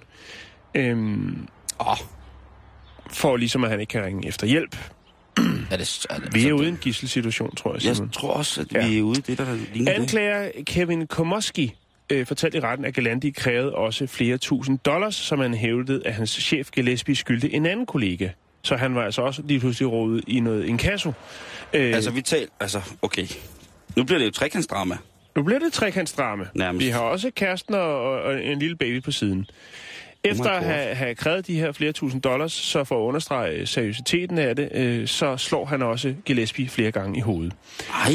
For ligesom, at han ikke kan ringe efter hjælp. Vi er ude i en gidselsituation, tror jeg, Simon. Jeg tror også, at vi er ude i det, der ligner det. Anklager Kevin Komoski fortalte i retten, at Galante krævede også flere $1,000, som han hævdede, at hans chef Gillespie skyldte en anden kollega. Så han var altså også lige pludselig rodet i noget inkasso. Okay. Nu bliver det jo trekantsdrama. Nu bliver det trekantsdrama. Nærmest. Vi har også kæresten og en lille baby på siden. Efter at have krævet de her flere $1,000, så for at understrege seriøsiteten af det, så slår han også Gillespie flere gange i hovedet.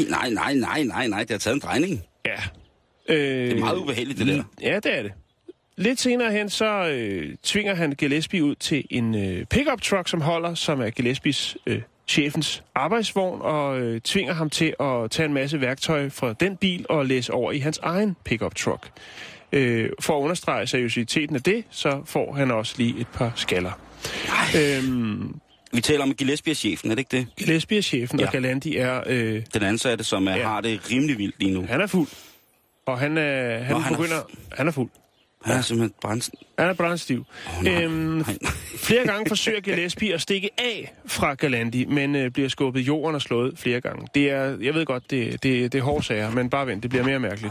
Nej, det har taget en drejning. Ja. Det er meget ubehageligt, det der. Ja, det er det. lidt senere hen, så tvinger han Gillespie ud til en pickup truck, som er Gillespies chefens arbejdsvogn, og tvinger ham til at tage en masse værktøj fra den bil og læse over i hans egen pickup truck. For at understrege seriøsiteten af det, så får han også lige et par skaller. Vi taler om Gillespie er chefen, er det ikke det? Gillespie er chefen, og Galante er... den ansatte, som har det rimelig vildt lige nu. Han er fuld. Og han er fuld. Han er simpelthen brændstiv. Han er brændstiv. Flere gange forsøger Gillespie at stikke af fra Galante, men bliver skubbet i jorden og slået flere gange. Det er, jeg ved godt, det er hårde sager, men bare vent, det bliver mere mærkeligt.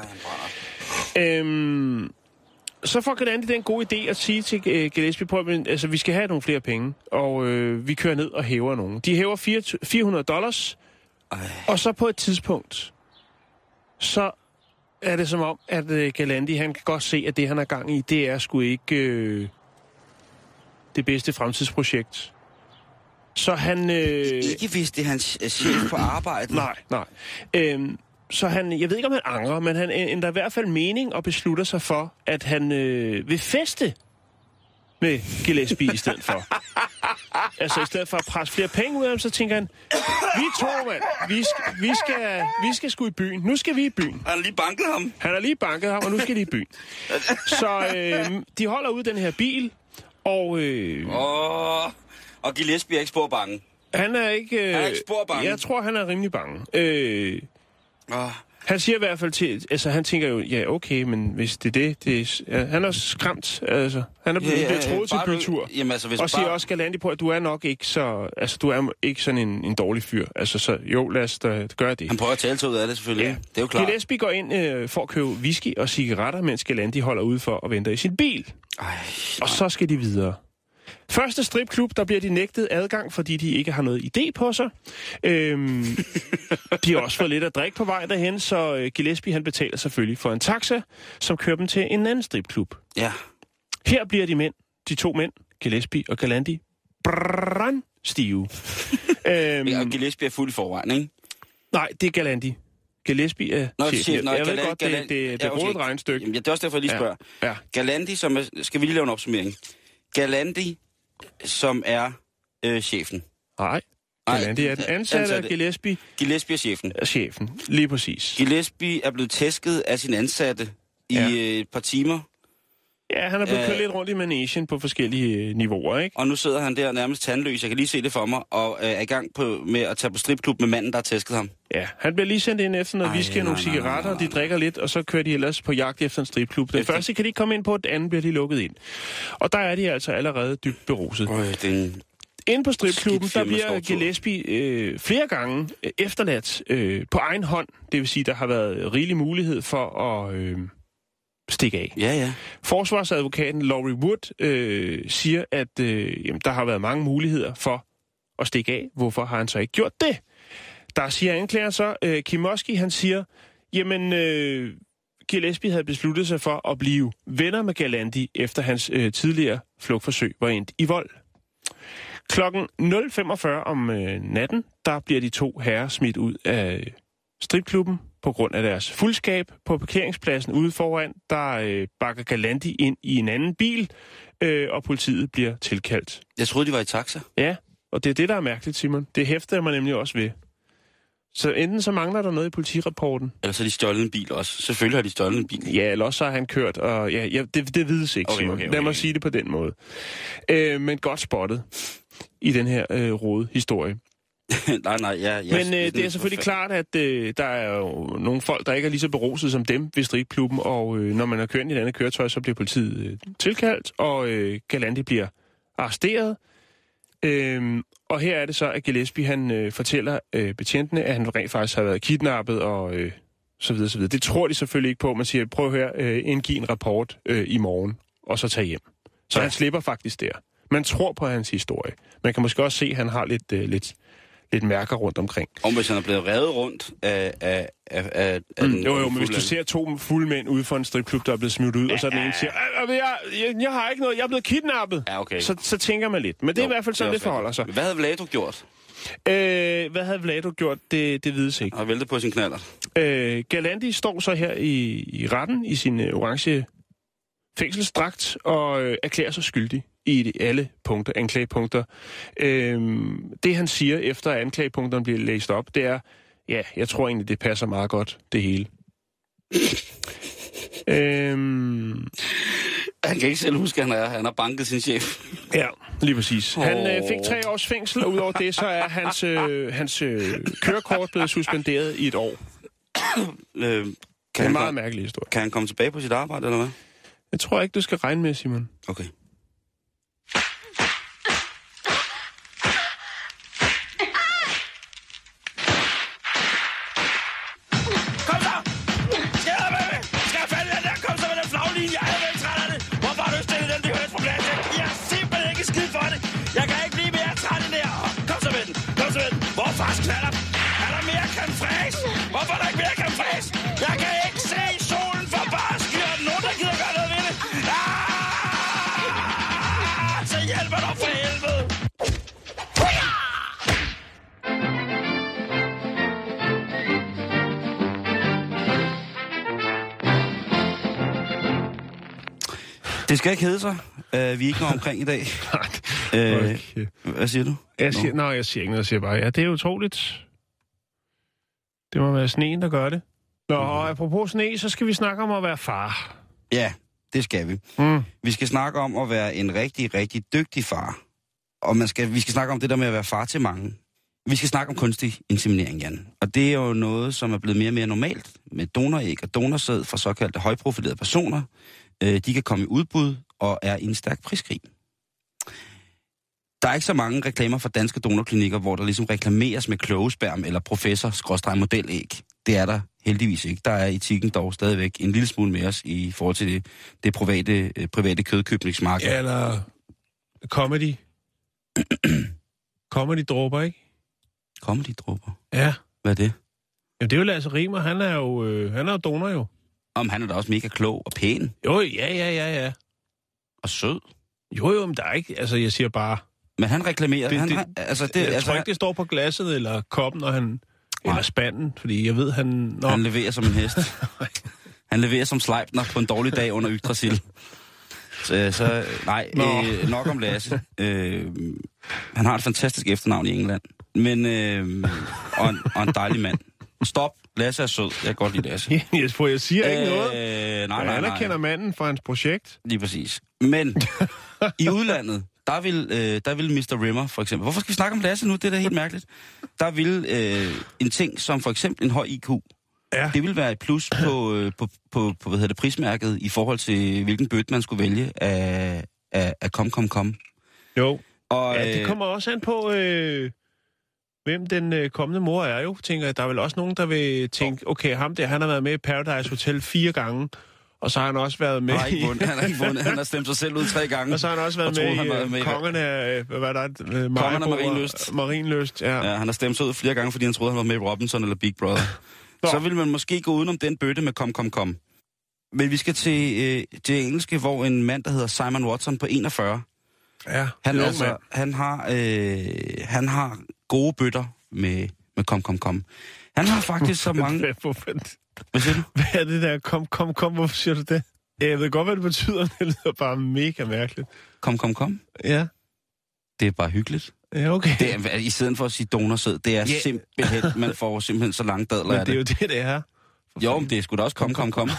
Så får Galante den gode idé at sige til Gillespie, altså vi skal have nogle flere penge, og vi kører ned og hæver nogen. De hæver $400, og så på et tidspunkt, så er det som om, at Galante, han kan godt se, at det, han er gang i, det er sgu ikke det bedste fremtidsprojekt. Så han... Ikke hvis det er hans chef på arbejde. Nej. Så han, jeg ved ikke, om han angrer, men han ændrer i hvert fald mening og beslutter sig for, at han vil feste med Gillespie i stedet for. Altså i stedet for at presse flere penge ud af ham, så tænker han, vi to, mand, vi skal sgu i byen. Nu skal vi i byen. Han har lige banket ham. Og nu skal de i byen. Så de holder ud den her bil, og... Og Gillespie er ikke spor bange. Han er ikke spor bange. Jeg tror, han er rimelig bange. Han siger i hvert fald til... Altså, han tænker jo, ja, okay, men hvis det er det... han er skræmt, altså. Han er blevet troet til bytur. Jamen, altså, og siger også Galante på, at du er nok ikke så... Altså, du er ikke sådan en dårlig fyr. Altså, så jo, lad os da gøre det. Han prøver at tale sig ud af det, selvfølgelig. Ja. Det er jo klart. Gillespie går ind for at købe whisky og cigaretter, mens Galante holder ude for at vente i sin bil. Og så skal de videre. Første stripklub, der bliver de nægtet adgang, fordi de ikke har noget idé på sig. De har også fået lidt at drikke på vej derhen, så Gillespie han betaler selvfølgelig for en taxa, som kører dem til en anden stripklub. Ja. Her bliver de to mænd, Gillespie og Galante, brandstive. Og Gillespie er fuld i forvejen, ikke? Nej, det er Galante. Gillespie er chefen. Jeg ved godt, det er rodet regnestykke. Jamen, det er også derfor, jeg lige spørger. Ja. Galante, som er... Skal vi lige lave en opsummering? Galante, som er chefen. Nej, Galante er den ansatte af Gillespie. Gillespie er chefen. Er chefen, lige præcis. Gillespie er blevet tæsket af sin ansatte i et par timer. Ja, han er blevet kørt lidt rundt i managen på forskellige niveauer, ikke? Og nu sidder han der nærmest tandløs, jeg kan lige se det for mig, og er i gang med at tage på stripklub med manden, der har tæsket ham. Ja, han bliver lige sendt ind efter noget whisky og nogle cigaretter, og de drikker lidt, og så kører de ellers på jagt efter en stripklub. Den første kan de komme ind på, den anden bliver de lukket ind. Og der er de altså allerede dybt beruset. Inde på stripklubben, der bliver Gillespie flere gange efterladt på egen hånd. Det vil sige, der har været rigelig mulighed for at... stikke af. Ja. Forsvarsadvokaten Laurie Wood siger, at der har været mange muligheder for at stikke af. Hvorfor har han så ikke gjort det? Der siger anklager så, Kim Mosky, han siger, jamen, Gillespie havde besluttet sig for at blive venner med Galante, efter hans tidligere flugtforsøg var endt i vold. Klokken 0:45 om natten, der bliver de to herrer smidt ud af stripklubben på grund af deres fuldskab. På parkeringspladsen ude foran, der bakker Galante ind i en anden bil, og politiet bliver tilkaldt. Jeg troede, de var i taxa. Ja, og det er det, der er mærkeligt, Simon. Det hæfter man nemlig også ved. Så enten så mangler der noget i politirapporten. Eller så har de stjålet en bil også. Selvfølgelig har de stjålet en bil. Ja, eller også så har han kørt, og det vides ikke, Simon. Okay. Lad mig sige det på den måde. Men godt spottet i den her rode historie. nej, ja. Men det er selvfølgelig klart, at der er jo nogle folk, der ikke er lige så beruset som dem ved stripklubben, og når man har kørt i et andet køretøj, så bliver politiet tilkaldt, og Galante bliver arresteret. Og her er det så, at Gillespie, han fortæller betjentene, at han rent faktisk har været kidnappet, og så videre, så videre. Det tror de selvfølgelig ikke på. Man siger, prøv her, indgive en rapport i morgen, og så tage hjem. Så han slipper faktisk der. Man tror på hans historie. Man kan måske også se, at han har lidt mærker rundt omkring. Om hvis han er blevet revet rundt af den... Jo, men hvis du ser to fulde mænd ude for en stripklub, der er blevet smidt ud, og så den ene siger, jeg har ikke noget, jeg er blevet kidnappet. Ja, okay. Så tænker man lidt. Men det er i hvert fald sådan, det forholder sig. Hvad havde Vlado gjort? Hvad havde Vlado gjort? Det vides ikke. Og væltet på sin knaller. Galante står så her i retten i sin orange fængselsdragt og erklærer sig skyldig i alle punkter, anklagepunkter. Det han siger efter at anklagepunkterne bliver læst op, det er, ja, jeg tror egentlig, det passer meget godt, det hele. Han kan ikke selv huske, at han har banket sin chef. Ja, lige præcis. Han fik 3 års fængsel, og udover det, så er hans kørekort blevet suspenderet i 1 år. Det er en meget mærkelig historie. Kan han komme tilbage på sit arbejde, eller hvad? Jeg tror ikke, du skal regne med, Simon. Okay. Kom så! Skal jeg med? Skal jeg fælde den der? Kom så med den flaglinje. Jeg er vel træt af det. Hvorfor har du stillet den? Det høres på plads. Jeg er simpelthen ikke skid for det. Jeg kan ikke blive mere træt end det her. Kom så med den. Kom så med den. Hvor fars knaller? Er der mere creme fraiche? Hvorfor er der ikke mere creme fraiche? Jeg kan ikke se solen for bare skyer. Nogen, der gider gøre noget ved det. Så hjælper dig for helvede. Det skal ikke hedde sig. Vi er ikke noget omkring i dag. Hvad siger du? Jeg siger ikke noget. Jeg siger bare, ja, det er utroligt. Det må være sneen, der gør det. Nå, og apropos sne, så skal vi snakke om at være far. Ja, det skal vi. Vi skal snakke om at være en rigtig, rigtig dygtig far. Og vi skal snakke om det der med at være far til mange. Vi skal snakke om kunstig inseminering, Jan. Og det er jo noget, som er blevet mere og mere normalt med donoræg og donorsæd fra såkaldte højprofilerede personer. De kan komme i udbud og er i en stærk priskrig. Der er ikke så mange reklamer fra danske donorklinikker, hvor der ligesom reklameres med klogesperm eller professor-modelæg. Det er der heldigvis ikke. Der er etikken dog stadigvæk en lille smule med os i forhold til det private kødkøbningsmarked. Ja, eller comedy. Comedy-dråber, ikke? Comedy-dråber? Ja. Hvad er det? Jamen, det er jo Lasse Rimer. Han er jo donor, jo. Han er da også mega klog og pæn. Jo, ja. Og sød. Jo, men der er ikke... Altså, jeg siger bare... Men han reklamerer... Jeg tror ikke, det står på glasset eller koppen, eller spanden, fordi jeg ved, han... Han leverer som en hest. Han leverer som Sleipner på en dårlig dag under Yggdrasil. Nok om Lasse. Han har et fantastisk efternavn i England. Men... og en dejlig mand. Stop. Lasse er sød. Jeg kan godt lide Lasse. Jeg siger ikke noget. Nej. Jeg anerkender manden for hans projekt. Lige præcis. Men i udlandet, der vil Mr. Rimmer for eksempel... Hvorfor skal vi snakke om Lasse nu? Det er da helt mærkeligt. Der vil en ting som for eksempel en høj IQ. Ja. Det vil være et plus på prismærket i forhold til, hvilken bøtte man skulle vælge af kom. Jo. Og, det kommer også an på... hvem den kommende mor er jo, tænker jeg. Der er vel også nogen, der vil tænke, okay, ham der, han har været med i Paradise Hotel 4 gange, og så har han også været med Han har ikke vundet. Han har stemt sig selv ud 3 gange. Og så har han også været med i Kongerne af... Hvad er det? Kongerne af Marienlyst. Marienlyst, ja. Ja, han har stemt sig ud flere gange, fordi han troede, han var med i Robinson eller Big Brother. Så vil man måske gå udenom den bøtte med kom. Men vi skal til engelske, hvor en mand, der hedder Simon Watson på 41... Ja, han har gode bøtter med kom. Han har faktisk så mange... Hvad siger du? Hvad er det der kom? Hvorfor siger du det? Jeg ved godt, hvad det betyder, men det lyder bare mega mærkeligt. Kom? Ja. Det er bare hyggeligt. Ja, okay. Det er, i stedet for at sige donorsæd, det er simpelthen... Man får simpelthen så lange dadler af det. Men det er jo det er. Jo, men det er sgu da også kom.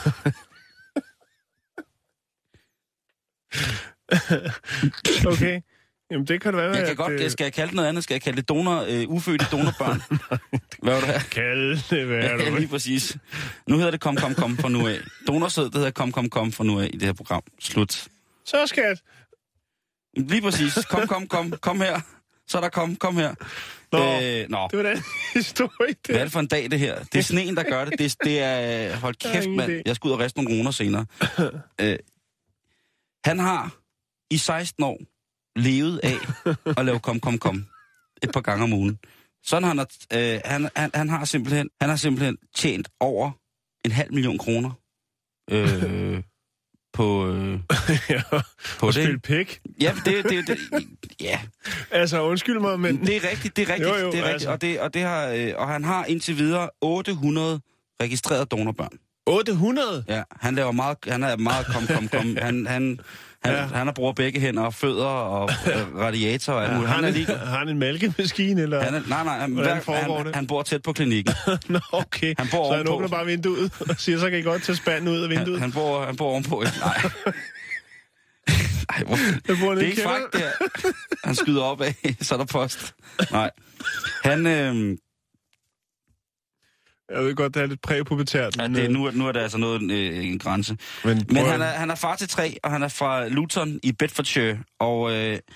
Okay. Jamen, det kan det være, jeg kan godt, skal jeg kalde det noget andet? Skal jeg kalde det ufødte donorbørn? Hvad var det her? Kalde det, hvad er det? Lige præcis. Nu hedder det kom fra nu af. Donorsæd, det hedder kom fra nu af i det her program. Slut. Så skat. Lige præcis. Kom her. Så er der kom her. Nå. Det var den historie. Hvad er det for en dag, det her? Det er sneen, der gør det. Det er... Hold kæft, mand. Jeg skal ud og riste nogle runer senere. Han har i 16 år levet af at lave kom et par gange om ugen. Sådan han har simpelthen tjent over 500.000 kroner på på spille pik. Ja, det ja. Altså undskyld mig, men det er rigtigt. Jo, altså. og han har indtil videre 800 registrerede donorbørn. 800? Ja, han er meget kom. Han har brugt begge hænder og fødder og radiator og alt muligt. Har han en mælkemaskine, eller? Nej, han bor tæt på klinikken. Nå, okay. Så han åbner bare vinduet og siger, så kan I godt tage spanden ud af vinduet. Han bor ovenpå. Nej. Det er ikke fakt, det her. Han skyder op af, så er der post. Nej. Jeg ved godt, det er lidt præpubertært. Ja, nu er der altså noget en grænse. Men han er far til 3, og han er fra Luton i Bedfordshire. Og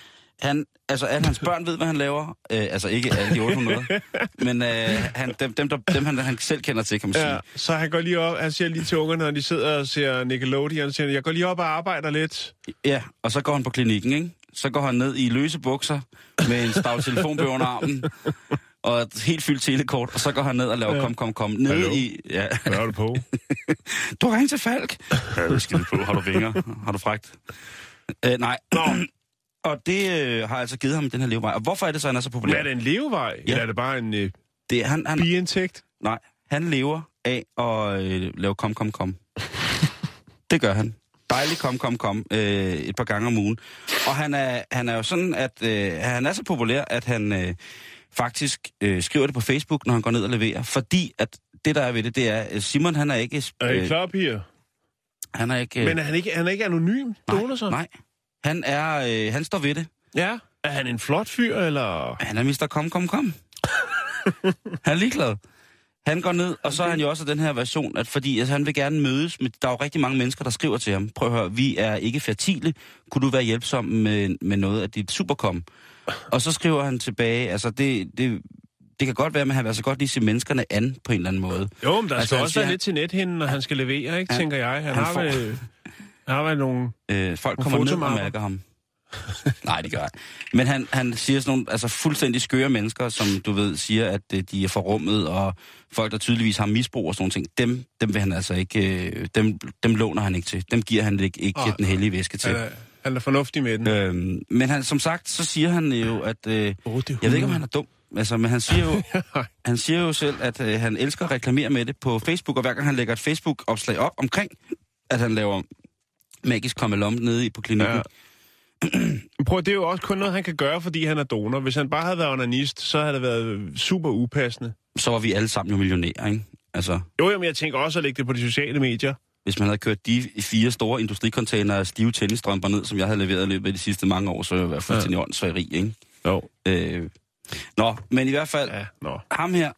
alle hans børn ved, hvad han laver. Altså ikke alle de 800. Men dem han selv kender til, kan man sige. Ja, så han går lige op, han siger lige til ungerne, når de sidder og ser Nickelodeon, og siger, jeg går lige op og arbejder lidt. Ja, og så går han på klinikken, ikke? Så går han ned i løse bukser med en stav telefonbøger under armen. Og et helt fyldt telekort, og så går han ned og laver kom. Nede Hallo? i... Ja. Hvad er du på? Du har ringet til Falk. Ja, det skal du på. Har du vinger? Har du fragt? Nej. Og det har altså givet ham den her levevej. Og hvorfor er det så, han er så populær? Men er det en levevej? Ja. Eller er det bare en biindtægt? Nej, han lever af at lave kom. Det gør han. Dejligt kom et par gange om ugen. Og han er jo sådan, at han er så populær, at han... faktisk skriver det på Facebook, når han går ned og leverer. Fordi at det, der er ved det er, at Simon, han er ikke... Er I klar, piger? Han er ikke... Men han er ikke anonym donor, så? Nej. Han står ved det. Ja. Er han en flot fyr, eller...? Han er Mr. Kom. Han er ligeglad. Han går ned, og så er han jo også den her version, at fordi han vil gerne mødes med... Der er jo rigtig mange mennesker, der skriver til ham. Prøv at høre, vi er ikke fertile. Kunne du være hjælpsom med noget af dit superkom? Og så skriver han tilbage, altså det kan godt være, at han vil altså godt lige se menneskerne an på en eller anden måde. Jo, men der skal også være lidt til nethinden, når han skal levere, ikke, tænker jeg. Han har vel nogle folk kommer ned og mærker ham. Nej, det gør jeg. Men han siger sådan nogle altså fuldstændig skøre mennesker, som du ved, siger, at de er forrummet, og folk, der tydeligvis har misbrug og sådan nogle ting, dem vil han altså ikke, dem låner han ikke til. Dem giver han ikke den hellige væske til. Han er fornuftig med den. Men han, som sagt, så siger han jo, at... jeg ved ikke, om han er dum. Altså, men han siger jo selv, at han elsker at reklamere med det på Facebook, og hver gang han lægger et Facebook-opslag op omkring, at han laver magisk kommelom nede på klinikken. Ja. Prøv, det er jo også kun noget, han kan gøre, fordi han er donor. Hvis han bare havde været onanist, så havde det været super upassende. Så var vi alle sammen jo millionærer, ikke? Altså... Jo, men jeg tænker også at lægge det på de sociale medier. Hvis man havde kørt de 4 store industricontainere af stive tennisstrømper ned, som jeg havde leveret i løbet af de sidste mange år, så ville jeg være fuldstændig åndssvageri, ikke? Jo. Men i hvert fald, ham her,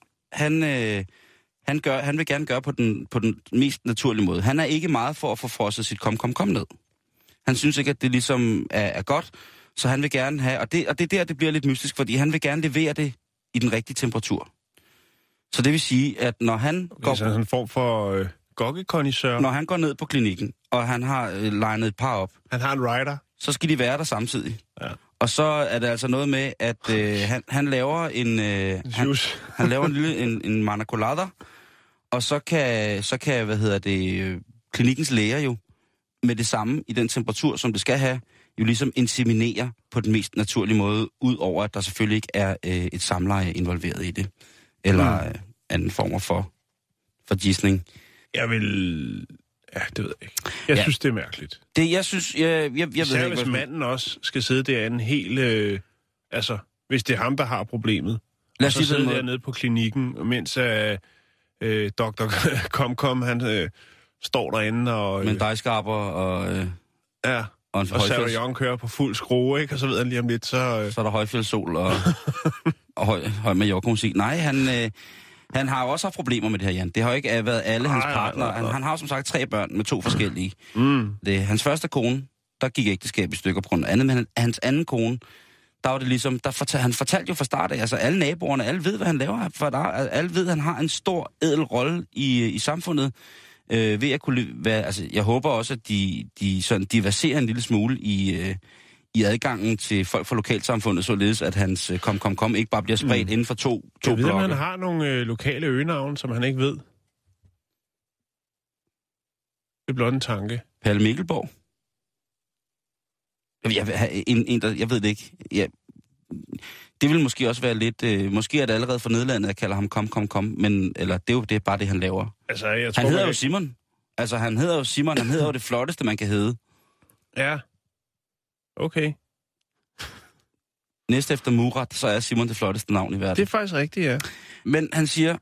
han vil gerne gøre på den mest naturlige måde. Han er ikke meget for at få frosset sit kom ned. Han synes ikke, at det ligesom er godt, så han vil gerne have, og det er der, det bliver lidt mystisk, fordi han vil gerne levere det i den rigtige temperatur. Så det vil sige, at når han går... Det er sådan en form for... gokkekondisør. Når han går ned på klinikken, og han har legnet et par op... Han har en rider. Så skal de være der samtidig. Ja. Og så er det altså noget med, at han laver en... han laver en manna colada, og så kan klinikkens læger jo med det samme i den temperatur, som det skal have, jo ligesom inseminere på den mest naturlige måde, ud over at der selvfølgelig ikke er et samleje involveret i det. Eller anden former for gisning. Jeg vil... Ja, det ved jeg ikke. Jeg synes, det er mærkeligt. Jeg synes... Jeg ved ikke, hvis manden også skal sidde derinde helt... hvis det er ham, der har problemet. Lad os så sidde dernede på klinikken, mens Dr. Kom, han står derinde og... med en dejskarper og... og Sarah Young kører på fuld skrue, ikke? Og så ved han lige om lidt, så... Så er der højfjeldssol og høj Mallorca-musik. Nej, han har jo også haft problemer med det her, Jan. Det har jo ikke været alle hans partnere. Han har jo som sagt 3 børn med 2 forskellige. Hans første kone, der gik ægteskab i stykker på grund af andet, men hans anden kone, der var det ligesom... Han fortalte jo fra start af, altså alle naboerne, alle ved, hvad han laver, for alle ved, at han har en stor, ædel rolle i samfundet. Ved at kunne være... Altså, jeg håber også, at de sådan diverserer en lille smule i adgangen til folk fra lokalsamfundet, således at hans kom ikke bare bliver spredt inden for to blokke. Jeg ved, at han har nogle lokale øgenavne, som han ikke ved. Det er blot en tanke. Palle Mikkelborg. Jeg ved det ikke. Det vil måske også være lidt... måske er det allerede for nedlandet, jeg kalder ham kom, men eller det er jo bare det, han laver. Altså, jeg tror, han hedder jo Simon. Altså, han hedder jo Simon, han hedder jo det flotteste, man kan hedde. Ja. Okay. Næst efter Murat, så er Simon det flotteste navn i verden. Det er faktisk rigtigt, ja. Men han siger,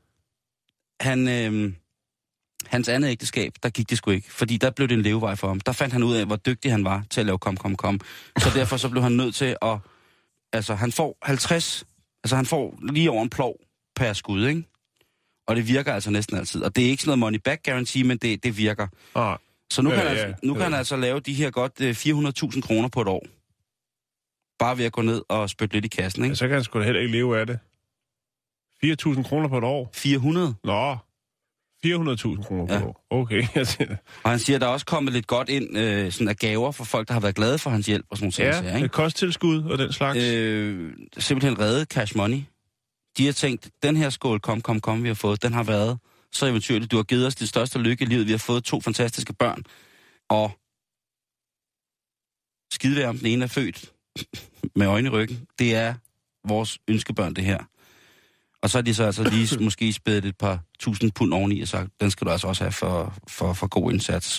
hans andet ægteskab, der gik det sgu ikke. Fordi der blev det en levevej for ham. Der fandt han ud af, hvor dygtig han var til at lave kom. Så derfor så blev han nødt til at... Altså, han får 50... Altså, han får lige over en plov per skud, ikke? Og det virker altså næsten altid. Og det er ikke sådan noget money back guarantee, men det virker. Ah. Så nu kan han altså lave de her godt 400.000 kroner på et år. Bare ved at gå ned og spytte lidt i kassen, ikke? Ja, så kan han sgu da heller ikke leve af det. 4.000 kroner på et år? 400? Nå, 400.000 kroner på et år. Okay, jeg siger det. Og han siger, at der er også kommet lidt godt ind sådan af gaver for folk, der har været glade for hans hjælp og sådan noget. Ja, ikke? Kosttilskud og den slags. Simpelthen reddet cash money. De har tænkt, den her skål kom, vi har fået, den har været så eventyrligt. Du har givet os det største lykke i livet. Vi har fået 2 fantastiske børn. Og skidevær om den ene er født med øjne i ryggen. Det er vores ønskebørn, det her. Og så har de så altså lige måske spædet et par 1000 pund oveni og sagt, den skal du altså også have for god indsats.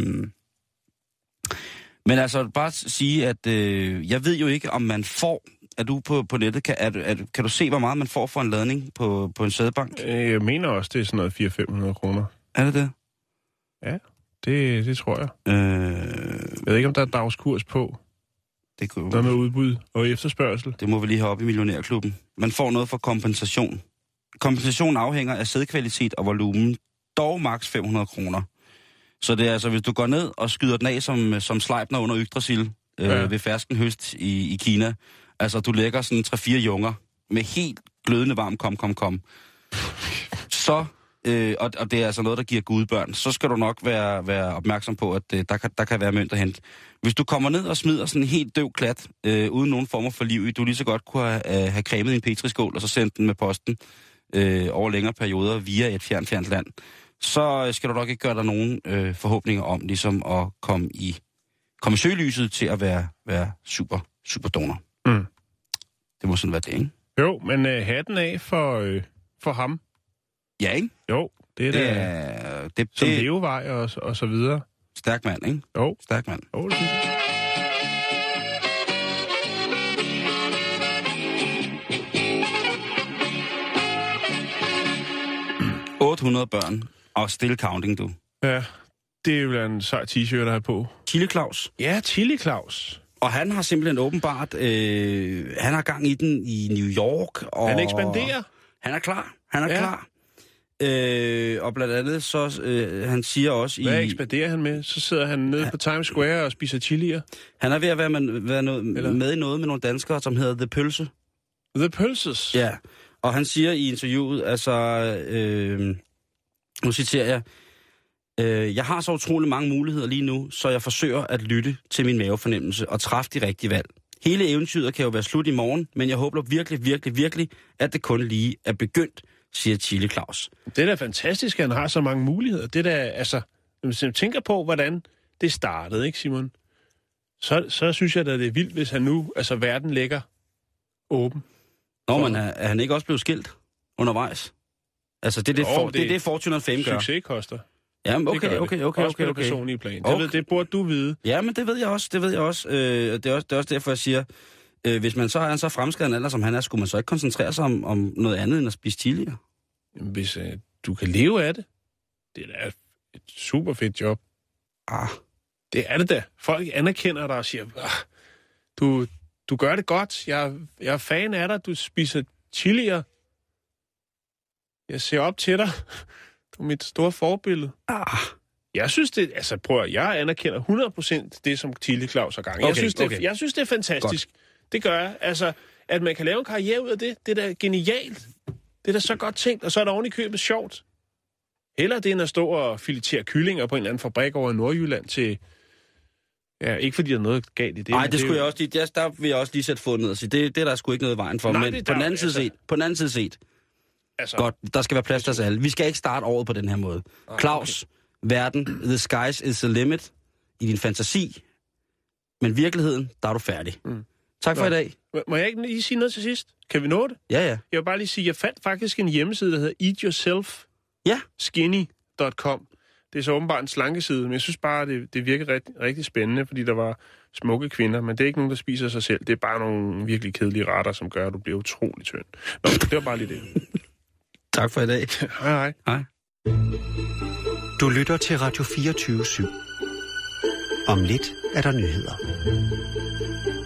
Men altså bare sige, at jeg ved jo ikke, om man får... Er du på nettet? Kan du se, hvor meget man får for en ladning på en sædebank? Jeg mener også, det er sådan noget 400-500 kroner. Er det det? Ja, det tror jeg. Jeg ved ikke, om der er dagskurs på. Det kunne... Noget med udbud og efterspørgsel. Det må vi lige have op i millionærklubben. Man får noget for kompensation. Kompensation afhænger af sædkvalitet og volumen. Dog maks 500 kroner. Så det er altså, hvis du går ned og skyder den af som Sleipner under Yggdrasil ved fersken høst i Kina. Altså, du lægger sådan 3-4 junger med helt glødende varm kom. Så, og det er altså noget, der giver gudbørn, så skal du nok være opmærksom på, at der kan være mønt at hente. Hvis du kommer ned og smider sådan en helt døv klat, uden nogen former for liv i, du lige så godt kunne have cremet i en petriskål, og så sendt den med posten over længere perioder via et fjernt land, så skal du nok ikke gøre dig nogen forhåbninger om ligesom at komme i søgelyset til at være super donor. Mm. Det må sådan være det, ikke? Jo, men hatten af for ham. Ja, ikke? Jo, det er det som levevej og så videre. Stærk mand, ikke? Jo. Stærk mand. Jo, det synes jeg. 800 børn og still counting, du. Ja, det er jo en sej t-shirt, der er på. Chili Claus. Ja, Chili Claus. Og han har simpelthen åbenbart, han har gang i den i New York. Og han ekspanderer. Han er klar. Klar. Og blandt andet så, han siger også Hvad ekspanderer han med? Så sidder han nede på Times Square og spiser chilier. Han er ved at være med i noget med nogle danskere, som hedder The Pølse. The Pølses? Ja, og han siger i interviewet, altså, nu citerer jeg, jeg har så utrolig mange muligheder lige nu, så jeg forsøger at lytte til min mavefornemmelse og træffe de rigtige valg. Hele eventyret kan jo være slut i morgen, men jeg håber virkelig, at det kun lige er begyndt, siger Chili Claus. Det er da fantastisk, at han har så mange muligheder. Det er da, altså, hvis man tænker på, hvordan det startede, ikke Simon? Så synes jeg da, det er vildt, hvis han nu, altså verden ligger åben. Men er han ikke også blevet skilt undervejs? Altså, det er det Fortune and Fame gør. Succes koster. Jamen, okay. Også på det personlige plan. Okay. Det burde du vide. Ja, men det ved jeg også. Det er også derfor, jeg siger, hvis man så er en så fremskreden alder, som han er, skulle man så ikke koncentrere sig om noget andet end at spise chili? Jamen, hvis du kan leve af det, det er da et super fedt job. Det er det da. Folk anerkender dig og siger, du gør det godt. Jeg er fan af dig. Du spiser chilier. Jeg ser op til dig. Du er mit store forbillede. Jeg synes det, altså jeg anerkender 100% det, som Chili Claus har gang. Jeg synes det er fantastisk. Godt. Det gør jeg. Altså, at man kan lave en karriere ud af det, det er da genialt. Det er da så godt tænkt, og så er der oven i købet sjovt. Hellere det, end at stå og filetere kyllinger på en eller anden fabrik over i Nordjylland til... Ja, ikke fordi der er noget galt i det. Nej, det skulle jeg også lige... Der vil jeg også lige sætte foden ned og sige, det er der sgu ikke noget i vejen for. Nej, men på den anden side set... Altså, godt, der skal være plads til os alle. Vi skal ikke starte året på den her måde. Claus, verden, the skies is the limit i din fantasi, men virkeligheden, der er du færdig. Tak for i dag. Må jeg ikke lige sige noget til sidst? Kan vi nå det? Ja. Jeg vil bare lige sige, jeg fandt faktisk en hjemmeside, der hedder eatyourself. Ja. Skinny.com, Det er så åbenbart en slankeside, men jeg synes bare, det virker rigtig spændende, fordi der var smukke kvinder, men det er ikke nogen, der spiser sig selv. Det er bare nogle virkelig kedelige retter, som gør, at du bliver utrolig tynd. Nå, det var bare lige det. Tak for i dag. Hej. Hej. Du lytter til Radio 24/7. Om lidt er der nyheder.